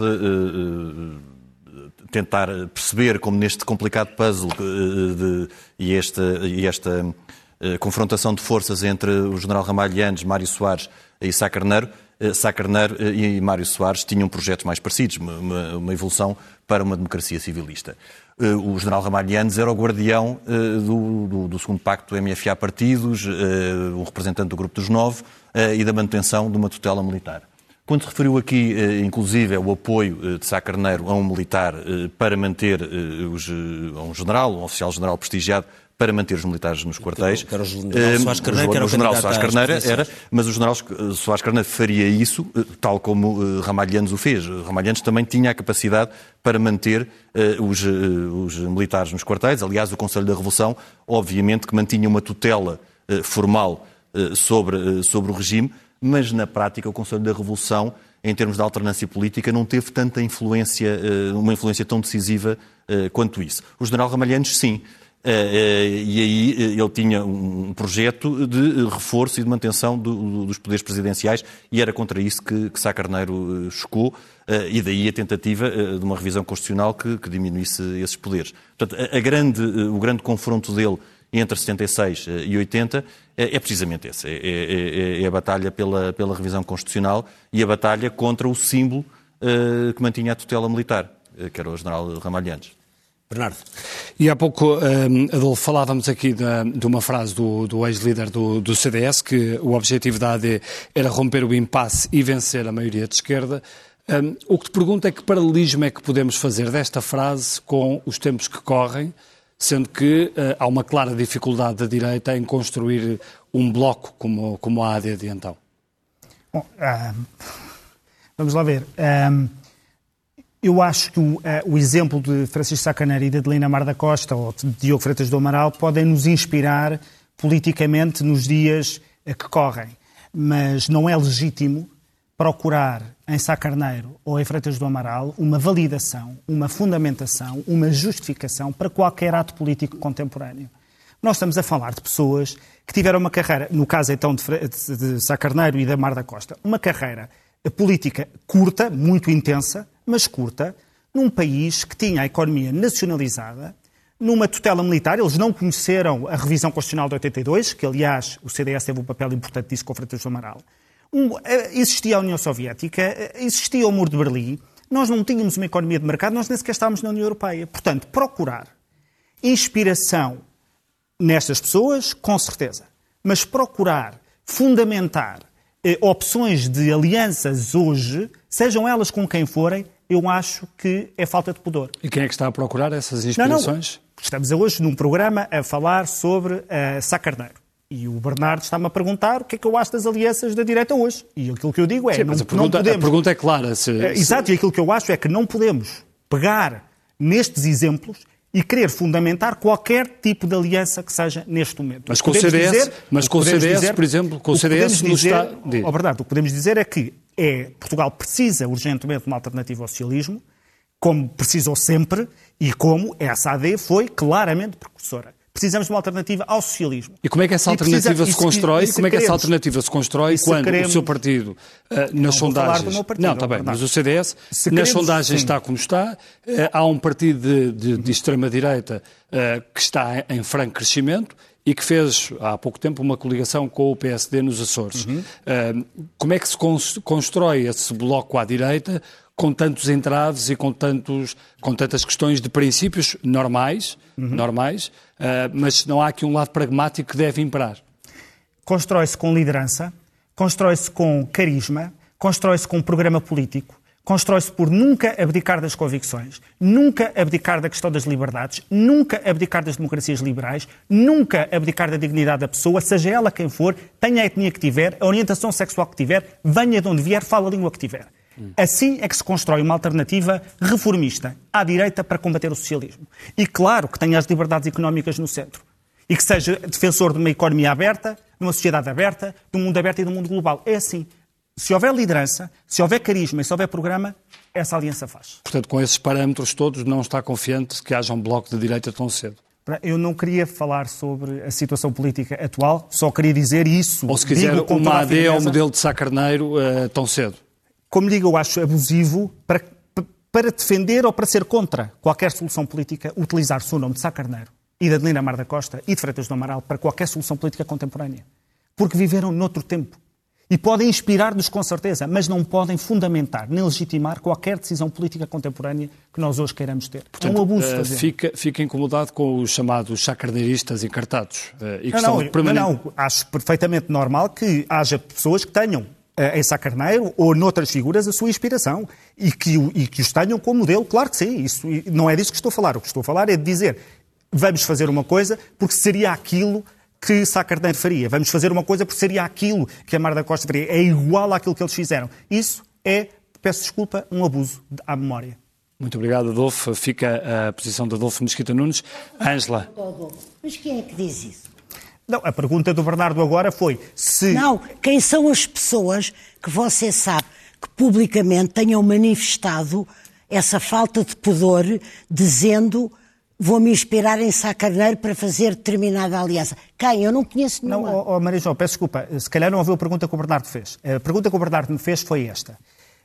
uh, uh, tentar perceber como neste complicado puzzle uh, de, e esta, e esta uh, confrontação de forças entre o general Ramalho Yanes, Mário Soares e Sá Carneiro, Sá Carneiro e Mário Soares tinham projetos mais parecidos, uma, uma evolução para uma democracia civilista. O general Ramalho Yanes era o guardião do, do, do segundo pacto do M F A Partidos, o representante do Grupo dos Nove e da manutenção de uma tutela militar. Quando se referiu aqui, inclusive, ao apoio de Sá Carneiro a um militar para manter os, a um general, um oficial-general prestigiado, para manter os militares nos quartéis. Que era o general Soares Carneiro, que era o general Soares Carneiro era, mas o general Soares Carneiro faria isso, tal como Ramalho Yanes o fez. Ramalho Yanes também tinha a capacidade para manter uh, os, uh, os militares nos quartéis. Aliás, o Conselho da Revolução, obviamente, que mantinha uma tutela uh, formal uh, sobre, uh, sobre o regime, mas na prática o Conselho da Revolução em termos de alternância política, não teve tanta influência, uma influência tão decisiva quanto isso. O general Ramalhantes, sim. E aí ele tinha um projeto de reforço e de manutenção do, dos poderes presidenciais e era contra isso que, que Sá Carneiro chocou, e daí a tentativa de uma revisão constitucional que, que diminuísse esses poderes. Portanto, a grande, o grande confronto dele entre setenta e seis e oitenta é precisamente esse, é, é, é a batalha pela, pela revisão constitucional e a batalha contra o símbolo que mantinha a tutela militar, que era o general Ramalhantes. Bernardo. E há pouco, um, Adolfo, falávamos aqui de, de uma frase do, do ex-líder do, do C D S, que o objetivo da A D era romper o impasse e vencer a maioria de esquerda. Um, o que te pergunto é que paralelismo é que podemos fazer desta frase com os tempos que correm, sendo que uh, há uma clara dificuldade da direita em construir um bloco como, como a A D de então. Bom, um, vamos lá ver. Um... Eu acho que o, uh, o exemplo de Francisco Sá Carneiro e de Adelina Mar da Costa ou de Diogo Freitas do Amaral podem nos inspirar politicamente nos dias uh, que correm. Mas não é legítimo procurar em Sá Carneiro ou em Freitas do Amaral uma validação, uma fundamentação, uma justificação para qualquer ato político contemporâneo. Nós estamos a falar de pessoas que tiveram uma carreira, no caso então de, de, de Sá Carneiro e da Mar da Costa, uma carreira política curta, muito intensa, mas curta, num país que tinha a economia nacionalizada, numa tutela militar. Eles não conheceram a revisão constitucional de oitenta e dois, que, aliás, o C D S teve um papel importante disso com o Freitas do Amaral. Um, existia a União Soviética, existia o Muro de Berlim, nós não tínhamos uma economia de mercado, nós nem sequer estávamos na União Europeia. Portanto, procurar inspiração nestas pessoas, com certeza, mas procurar fundamentar eh, opções de alianças hoje, sejam elas com quem forem, eu acho que é falta de pudor. E quem é que está a procurar essas inspirações? Não, não. Estamos hoje num programa a falar sobre uh, Sá Carneiro. E o Bernardo está-me a perguntar o que é que eu acho das alianças da direita hoje. E aquilo que eu digo é... Sim, não, mas a pergunta, não podemos... a pergunta é clara. Se, uh, exato, se... e aquilo que eu acho é que não podemos pegar nestes exemplos e querer fundamentar qualquer tipo de aliança que seja neste momento. Mas com o C D S, dizer, mas com o C D S dizer, por exemplo, com o C D S nos dizer, está... Oh, Bernardo, o que podemos dizer é que é, Portugal precisa urgentemente de uma alternativa ao socialismo, como precisou sempre, e como essa A D foi claramente precursora. Precisamos de uma alternativa ao socialismo. E como é que essa alternativa precisa, se constrói? E, e, e como é que essa alternativa se constrói e quando queremos, o seu partido, uh, nas sondagens... Partido, não, está bem, mas o C D S, se nas queremos, sondagens sim. está como está, uh, há um partido de, de, de extrema-direita uh, que está em franco crescimento e que fez, há pouco tempo, uma coligação com o P S D nos Açores. Uhum. Uh, como é que se constrói esse bloco à direita com tantos entraves e com, tantos, com tantas questões de princípios normais, uhum. normais uh, mas não há aqui um lado pragmático que deve imperar? Constrói-se com liderança, constrói-se com carisma, constrói-se com um programa político, constrói-se por nunca abdicar das convicções, nunca abdicar da questão das liberdades, nunca abdicar das democracias liberais, nunca abdicar da dignidade da pessoa, seja ela quem for, tenha a etnia que tiver, a orientação sexual que tiver, venha de onde vier, fala a língua que tiver. Assim é que se constrói uma alternativa reformista à direita para combater o socialismo. E claro que tenha as liberdades económicas no centro. E que seja defensor de uma economia aberta, de uma sociedade aberta, de um mundo aberto e de um mundo global. É assim. Se houver liderança, se houver carisma e se houver programa, essa aliança faz. Portanto, com esses parâmetros todos, não está confiante que haja um bloco de direita tão cedo? Eu não queria falar sobre a situação política atual, só queria dizer isso. Ou se quiser, uma A D ao modelo de Sá Carneiro uh, tão cedo? Como digo, eu acho abusivo para, para defender ou para ser contra qualquer solução política utilizar-se o nome de Sá Carneiro e de Adelina Mar da Costa e de Freitas do Amaral para qualquer solução política contemporânea. Porque viveram noutro tempo. E podem inspirar-nos com certeza, mas não podem fundamentar nem legitimar qualquer decisão política contemporânea que nós hoje queiramos ter. Portanto, é um abuso uh, fazer. Fica, fica incomodado com os chamados sacarneiristas encartados. Uh, e que não, estão não, permanente... não, não, acho perfeitamente normal que haja pessoas que tenham em Sá Carneiro ou noutras figuras a sua inspiração e que, e que os tenham como modelo, claro que sim, isso, não é disso que estou a falar. O que estou a falar é de dizer, vamos fazer uma coisa porque seria aquilo que Sá Carneiro faria, vamos fazer uma coisa porque seria aquilo que a Mar da Costa faria, é igual àquilo que eles fizeram. Isso é, peço desculpa, um abuso à memória. Muito obrigado, Adolfo. Fica a posição de Adolfo Mesquita Nunes. Ângela. Mas quem é que diz isso? Não, a pergunta do Bernardo agora foi se... Não, quem são as pessoas que você sabe que publicamente tenham manifestado essa falta de pudor, dizendo vou-me inspirar em Sá Carneiro para fazer determinada aliança. Quem? Eu não conheço nenhuma. Não, oh, oh, Maria João, peço desculpa, se calhar não ouviu a pergunta que o Bernardo fez. A pergunta que o Bernardo me fez foi esta.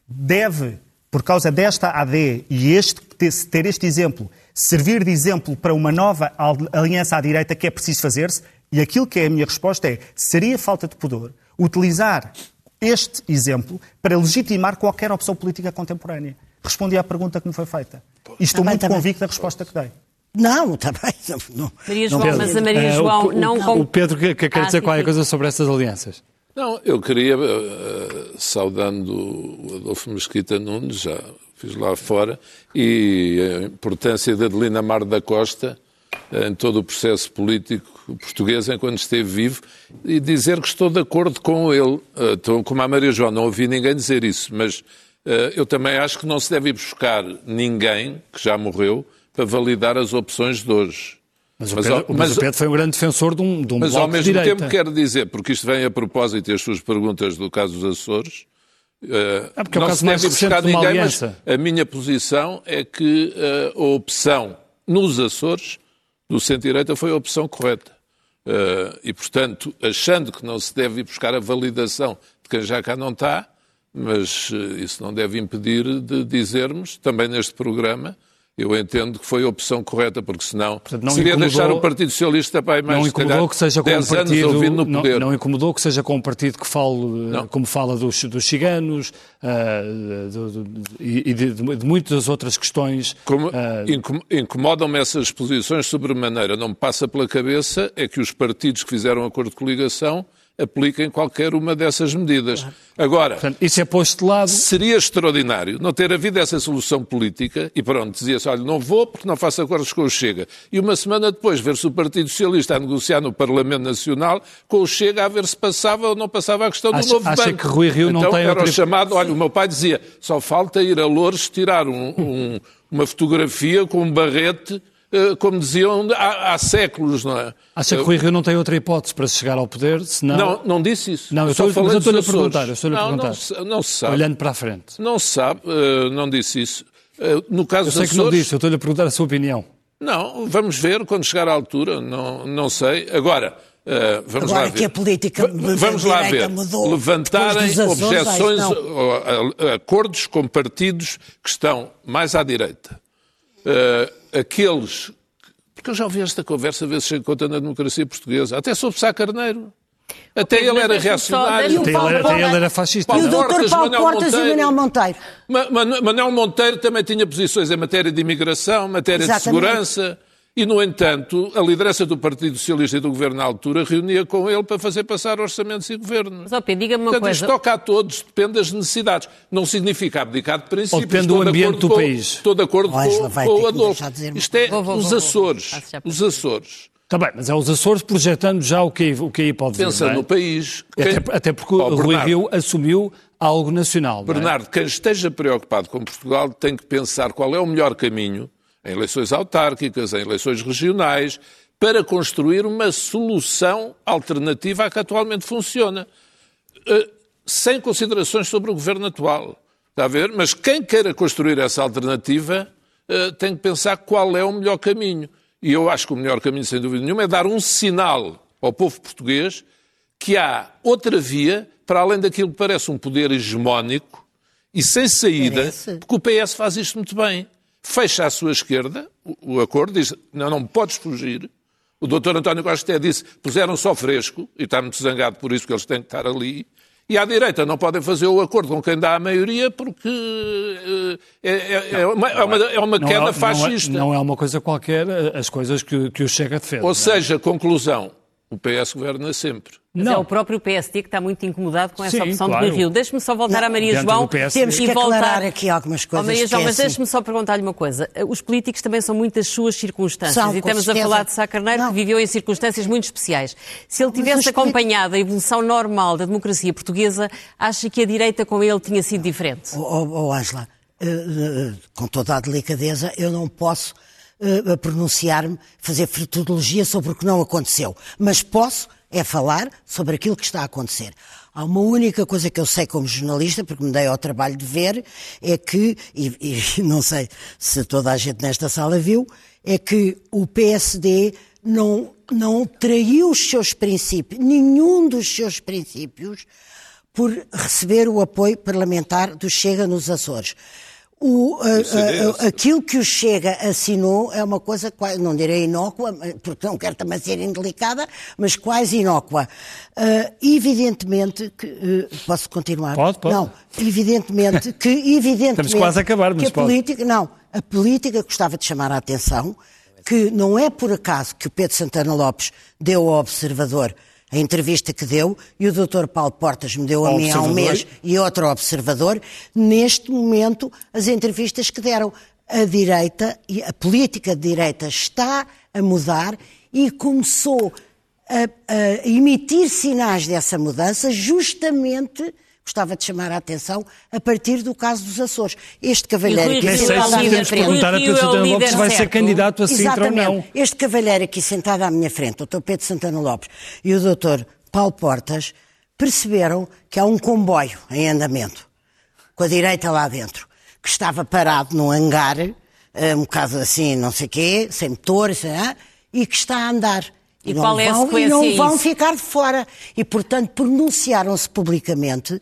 Deve, por causa desta A D e este, ter este exemplo, servir de exemplo para uma nova aliança à direita que é preciso fazer-se? E aquilo que é a minha resposta é, seria falta de pudor utilizar este exemplo para legitimar qualquer opção política contemporânea? Respondi à pergunta que me foi feita. E estou Também, muito também. convicto da resposta que dei. Não, também. Não, Maria João, não, mas a Maria João uh, o, não... O, o Pedro quer, quer ah, dizer sim, qualquer sim. coisa sobre estas alianças. Não, eu queria, uh, saudando o Adolfo Mesquita Nunes, já fiz lá fora, e a importância de Adelina Mar da Costa em todo o processo político português enquanto esteve vivo, e dizer que estou de acordo com ele. Uh, estou, como a Maria João, não ouvi ninguém dizer isso, mas uh, eu também acho que não se deve ir buscar ninguém que já morreu para validar as opções de hoje. Mas, mas, o, Pedro, mas, mas o Pedro foi um grande defensor de um, de um mas bloco ao mesmo de direita. tempo quero dizer, porque isto vem a propósito e as suas perguntas do caso dos Açores, uh, é porque é o não caso se mais deve ir buscar recente de uma ninguém, mas aliança. a minha posição é que uh, a opção nos Açores do centro-direita foi a opção correta. Uh, e, portanto, achando que não se deve ir buscar a validação de quem já cá não está, mas uh, isso não deve impedir de dizermos, também neste programa, eu entendo que foi a opção correta, porque senão Portanto, não seria incomodou, deixar o Partido Socialista para aí mais não incomodou que seja com um partido, no poder. Não, não incomodou que seja com um partido que fale, não. como fala dos, dos ciganos uh, do, do, e de, de, de muitas outras questões. Como, uh, incomodam-me essas posições sobremaneira. Não me passa pela cabeça é que os partidos que fizeram acordo de coligação apliquem qualquer uma dessas medidas. Claro. Agora, portanto, isso é posto de lado. Seria extraordinário não ter havido essa solução política e pronto, dizia-se, olha, não vou porque não faço acordos com o Chega. E uma semana depois ver-se o Partido Socialista a negociar no Parlamento Nacional com o Chega a ver se passava ou não passava a questão acha, do novo acha banco. Que Rui Rio então não tem era outra... o chamado, olha, o meu pai dizia, só falta ir a Loures tirar um, um, uma fotografia com um barrete, como diziam há, há séculos, não é? Acha que Rui Rio não tem outra hipótese para se chegar ao poder, senão... Não, não disse isso. Não, eu só estou, mas eu estou-lhe a perguntar. Eu estou-lhe a não, perguntar. Não, se, não se sabe. Olhando para a frente. Não se sabe, uh, não disse isso. Uh, no caso eu sei dos que não Açores, disse, eu estou-lhe a perguntar a sua opinião. Não, vamos ver quando chegar à altura, não, não sei. Agora, uh, vamos Agora lá ver. que a política vamos lá ver. Mudou levantarem Açores, objeções ai, a, a acordos com partidos que estão mais à direita. Uh, aqueles... Porque eu já ouvi esta conversa vezes sem conta na democracia portuguesa, até sobre Sá Carneiro. Até okay, ele era reacionário. Até ele, até ele era fascista. E o doutor Paulo Portas e o Manuel Monteiro. Manuel Monteiro também tinha posições em matéria de imigração, matéria Exatamente. de segurança. E, no entanto, a liderança do Partido Socialista e do Governo na altura reunia com ele para fazer passar orçamentos e governo. Mas, ó Pedro, diga-me uma Portanto, coisa. isto toca a todos, depende das necessidades. Não significa abdicar de princípios. Ou depende do ambiente do com, país. Estou de acordo com, com o Adolfo. Isto é vou, vou, os vou, Açores. vou, vou. Os Açores. Está bem, mas é os Açores projetando já o que aí, o que aí pode vir. Pensa é? no país. Até, quem... até porque o Rui Rio assumiu algo nacional. Bernardo, é? quem esteja preocupado com Portugal tem que pensar qual é o melhor caminho em eleições autárquicas, em eleições regionais, para construir uma solução alternativa à que atualmente funciona. Uh, sem considerações sobre o governo atual. Está a ver? Mas quem queira construir essa alternativa uh, tem que pensar qual é o melhor caminho. E eu acho que o melhor caminho, sem dúvida nenhuma, é dar um sinal ao povo português que há outra via para além daquilo que parece um poder hegemónico e sem saída, parece. Porque o P S faz isto muito bem. Fecha à sua esquerda o, o acordo, diz, não, não podes fugir. O doutor António Costa até disse, puseram só fresco, e está muito zangado por isso que eles têm que estar ali. E à direita não podem fazer o acordo com quem dá a maioria porque uh, é, é, é, uma, é uma, é uma queda é, fascista. Não é, não é uma coisa qualquer as coisas que, que o Chega defende. Ou seja, conclusão, o P S governa sempre. Mas não. é o próprio P S D que está muito incomodado com essa Sim, opção claro. de Rui Rio. Deixe-me só voltar não, à Maria João. Temos que e voltar... aclarar aqui algumas coisas. Oh, Maria João, que é mas assim. deixe-me só perguntar-lhe uma coisa. Os políticos também são muito as suas circunstâncias. São, e estamos a falar de Sá Carneiro, que viveu em circunstâncias muito especiais. Se ele tivesse acompanhado a evolução normal da democracia portuguesa, acha que a direita com ele tinha sido diferente? Oh, Ângela, oh, uh, uh, com toda a delicadeza, eu não posso uh, pronunciar-me, fazer futurologia sobre o que não aconteceu. Mas posso é falar sobre aquilo que está a acontecer. Há uma única coisa que eu sei como jornalista, porque me dei ao trabalho de ver, é que, e, e não sei se toda a gente nesta sala viu, é que o P S D não, não traiu os seus princípios, nenhum dos seus princípios, por receber o apoio parlamentar do Chega nos Açores. O, a, a, aquilo que o Chega assinou é uma coisa, quase, não direi inócua, porque não quero também ser indelicada, mas quase inócua. Uh, evidentemente que... Uh, posso continuar? Pode, pode. Não, evidentemente que... Evidentemente Estamos quase a acabar, mas que a pode. política, não, a política gostava de chamar a atenção que não é por acaso que o Pedro Santana Lopes deu ao Observador a entrevista que deu, e o doutor Paulo Portas me deu a mim há um mês e outro Observador, neste momento as entrevistas que deram. A direita, e a política de direita está a mudar e começou a, a emitir sinais dessa mudança justamente... Gostava de chamar a atenção a partir do caso dos Açores. Este cavalheiro aqui sentado à minha frente... perguntar a Pedro Santana Lopes se vai ser candidato a Sintra ou não. Este cavalheiro aqui sentado à minha frente, o doutor Pedro Santana Lopes e o doutor Paulo Portas, perceberam que há um comboio em andamento, com a direita lá dentro, que estava parado num hangar, um bocado assim, não sei o quê, sem motor, sem, ah, e que está a andar. E, e qual não é a vão, sequência? E não vão isso? ficar de fora. E, portanto, pronunciaram-se publicamente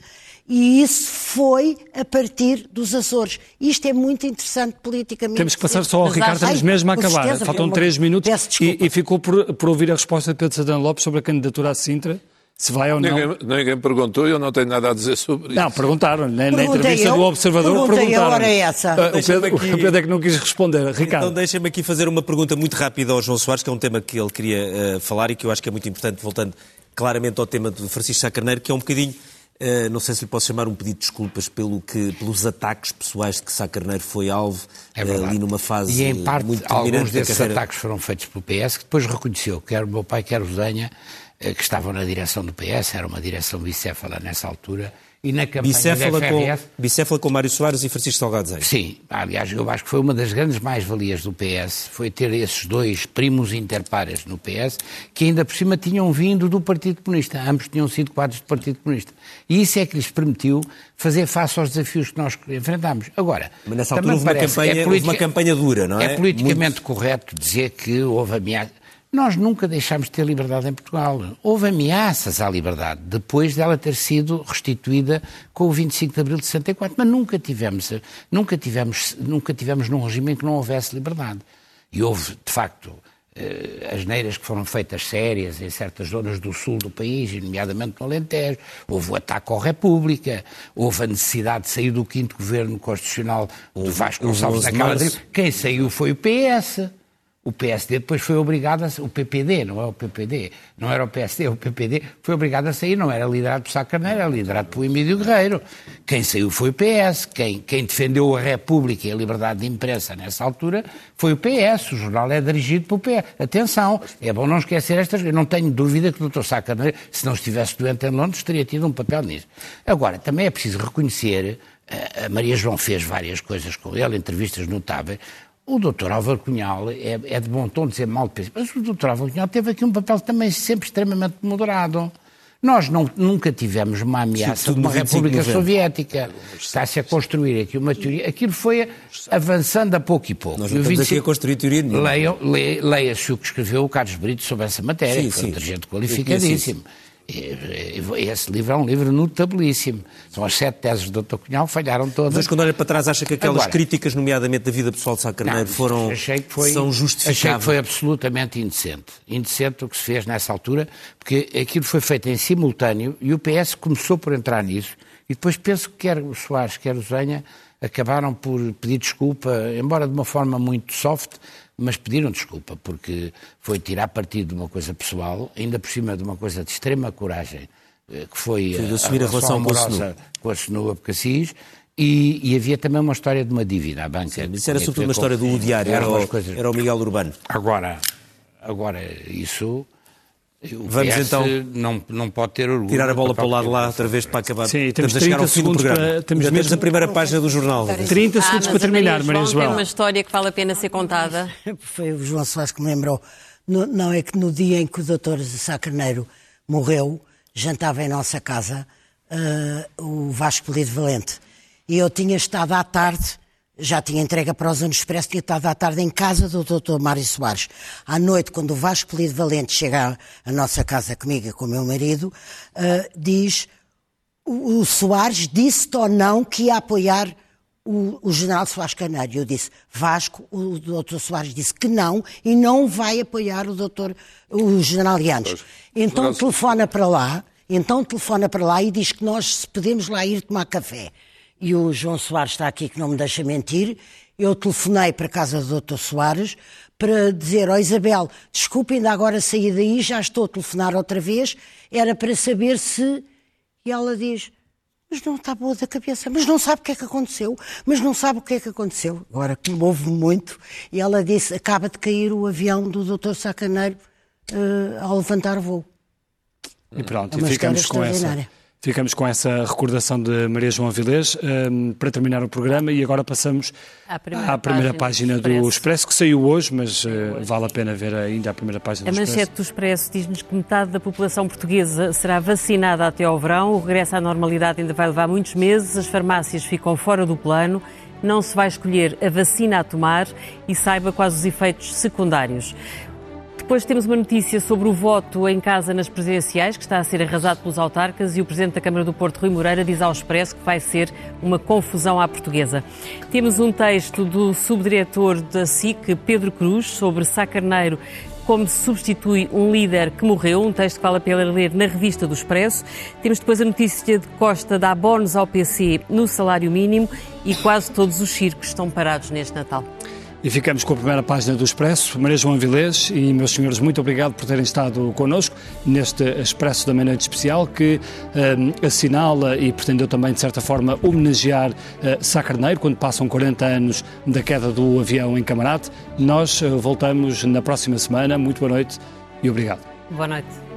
e isso foi a partir dos Açores. Isto é muito interessante politicamente. Temos que passar só ao Mas Ricardo, acho- estamos mesmo a com acabar. certeza, Faltam eu três minutos peço e, desculpa. e ficou por, por ouvir a resposta de Pedro Santana Lopes sobre a candidatura a Sintra, se vai ou não. Ninguém, ninguém perguntou e eu não tenho nada a dizer sobre isso. Não, perguntaram. Na, na Perguntei entrevista eu, do Observador perguntei eu, perguntaram. ora é essa. Ah, o, Deixa-me Pedro, aqui- o Pedro é que não quis responder. Então Ricardo. deixa-me aqui fazer uma pergunta muito rápida ao João Soares, que é um tema que ele queria uh, falar e que eu acho que é muito importante, voltando claramente ao tema de Francisco Sá Carneiro, que é um bocadinho, uh, não sei se lhe posso chamar um pedido de desculpas pelo que, pelos ataques pessoais de que Sá Carneiro foi alvo, É uh, ali numa fase e em parte muito alguns determinante da desses carreira. ataques foram feitos pelo P S, que depois reconheceu, quer o meu pai, quer o Zenha, eh, que estavam na direção do P S, era uma direção bicéfala nessa altura, e na campanha Bicéfala da F R S... com, bicéfala com Mário Soares e Francisco Salgado Zenha. Sim, aliás, eu acho que foi uma das grandes mais-valias do P S, foi ter esses dois primos interpares no P S, que ainda por cima tinham vindo do Partido Comunista, ambos tinham sido quadros do Partido Comunista. E isso é que lhes permitiu fazer face aos desafios que nós enfrentámos. Agora, Mas nessa altura também houve uma, parece- campanha, é houve politica- uma campanha dura, não é? É politicamente Muito- correto dizer que houve ameaça. Nós nunca deixámos de ter liberdade em Portugal. Houve ameaças à liberdade, depois dela ter sido restituída com o vinte e cinco de abril de sessenta e quatro, mas nunca tivemos, nunca tivemos, nunca tivemos num regime em que não houvesse liberdade. E houve, de facto, eh, asneiras que foram feitas sérias em certas zonas do sul do país, nomeadamente no Alentejo. Houve o ataque à República, houve a necessidade de sair do quinto governo constitucional do Vasco houve Gonçalves onze de naquela março. tribo. Quem saiu foi o P S. O P S D depois foi obrigado a... O P P D, não é o P P D. Não era o P S D, o P P D foi obrigado a sair. Não era liderado por Sá Carneiro, era liderado por Emílio Guerreiro. Quem saiu foi o P S. Quem, quem defendeu a República e a liberdade de imprensa nessa altura foi o P S. O jornal é dirigido pelo P S. Atenção, é bom não esquecer estas coisas. Eu não tenho dúvida que o doutor Sá Carneiro, se não estivesse doente em Londres, teria tido um papel nisso. Agora, também é preciso reconhecer, a Maria João fez várias coisas com ele, entrevistas notáveis. O doutor Álvaro Cunhal é, é de bom tom dizer mal de P S, mas o doutor Álvaro Cunhal teve aqui um papel também sempre extremamente moderado. Nós não, nunca tivemos uma ameaça Sim, de uma tudo no vinte e cinco de República novembro. Soviética. Está-se a construir aqui uma teoria. Aquilo foi avançando a pouco e pouco. Nós E não o estamos vinte e cinco aqui a construir teoria nenhuma. Leiam, le, leia-se o que escreveu o Carlos Brito sobre essa matéria, Sim, que foi sim. um gente Eu qualificadíssimo. E- e- Esse livro é um livro notabilíssimo. São as sete teses do doutor Cunhal, falharam todas. Mas quando olha para trás, acha que aquelas Agora- críticas, nomeadamente da vida pessoal de Sá Carneiro, Não, foram, achei que foi, são Achei justificáveis? que foi absolutamente indecente. Indecente o que se fez nessa altura, porque aquilo foi feito em simultâneo e o P S começou por entrar nisso e depois penso que quer o Soares, quer o Zenha acabaram por pedir desculpa, embora de uma forma muito soft, mas pediram desculpa, porque foi tirar partido de uma coisa pessoal, ainda por cima de uma coisa de extrema coragem, eh, que foi, Foi de a, assumir a relação com o amorosa com a Senua Cassis, e, e havia também uma história de uma dívida à banca. Sim, isso era Tinha que sobretudo ver uma história com- do Diário, eram era umas o, coisas- era o Miguel Urbano. Agora, agora isso... O Vamos P S então não, não pode ter orgulho. Tirar a bola do para o lado papel lá que outra vez para acabar. Sim, temos Estamos a chegar ao trinta fim do segundos programa. para- temos Ainda temos mesmo- a primeira página do jornal. trinta Ah, segundos mas para a terminar, Maria Tem João. uma história que vale a pena ser contada. Foi o João Soares que me lembrou. No- não é que no dia em que o doutor Sá Carneiro morreu, jantava em nossa casa uh, o Vasco Polido Valente. E eu tinha estado à tarde, já tinha entregue a prosa no Expresso, tinha estado à tarde em casa do doutor Mário Soares. À noite, quando o Vasco Polido Valente chega à, à nossa casa comigo e com o meu marido, uh, diz, o, o Soares disse-te ou não que ia apoiar o, o general Soares Carneiro. E eu disse, Vasco, o doutor Soares disse que não e não vai apoiar o doutor, o general Yanes. Então telefona para lá, então telefona para lá e diz que nós podemos lá ir tomar café. E o João Soares está aqui que não me deixa mentir. Eu telefonei para a casa do doutor Soares para dizer, ó oh, Isabel, desculpe, ainda agora saí daí, já estou a telefonar outra vez, era para saber se... E ela diz, mas não está boa da cabeça, mas não sabe o que é que aconteceu, mas não sabe o que é que aconteceu. Agora, comovo-me muito, e ela disse, acaba de cair o avião do doutor Sá Carneiro uh, ao levantar o voo. E pronto, é e ficamos com essa... Ficamos com essa recordação de Maria João Avilés um, para terminar o programa e agora passamos à primeira, à primeira página, página do Expresso, que saiu hoje, mas uh, vale a pena ver ainda a primeira página do Expresso. A manchete do Expresso diz-nos que metade da população portuguesa será vacinada até ao verão, o regresso à normalidade ainda vai levar muitos meses, as farmácias ficam fora do plano, não se vai escolher a vacina a tomar e saiba quais os efeitos secundários. Depois temos uma notícia sobre o voto em casa nas presidenciais, que está a ser arrasado pelos autarcas, e o Presidente da Câmara do Porto, Rui Moreira, diz ao Expresso que vai ser uma confusão à portuguesa. Temos um texto do subdiretor da S I C, Pedro Cruz, sobre Sá Carneiro, como se substitui um líder que morreu, um texto que vale a pena ler na revista do Expresso. Temos depois a notícia de Costa dar bónus ao P C no salário mínimo e quase todos os circos estão parados neste Natal. E ficamos com a primeira página do Expresso. Maria João Avilés e meus senhores, muito obrigado por terem estado connosco neste Expresso da Meia-Noite Especial que um, assinala e pretendeu também, de certa forma, homenagear uh, Sá Carneiro, quando passam quarenta anos da queda do avião em Camarate. Nós uh, voltamos na próxima semana. Muito boa noite e obrigado. Boa noite.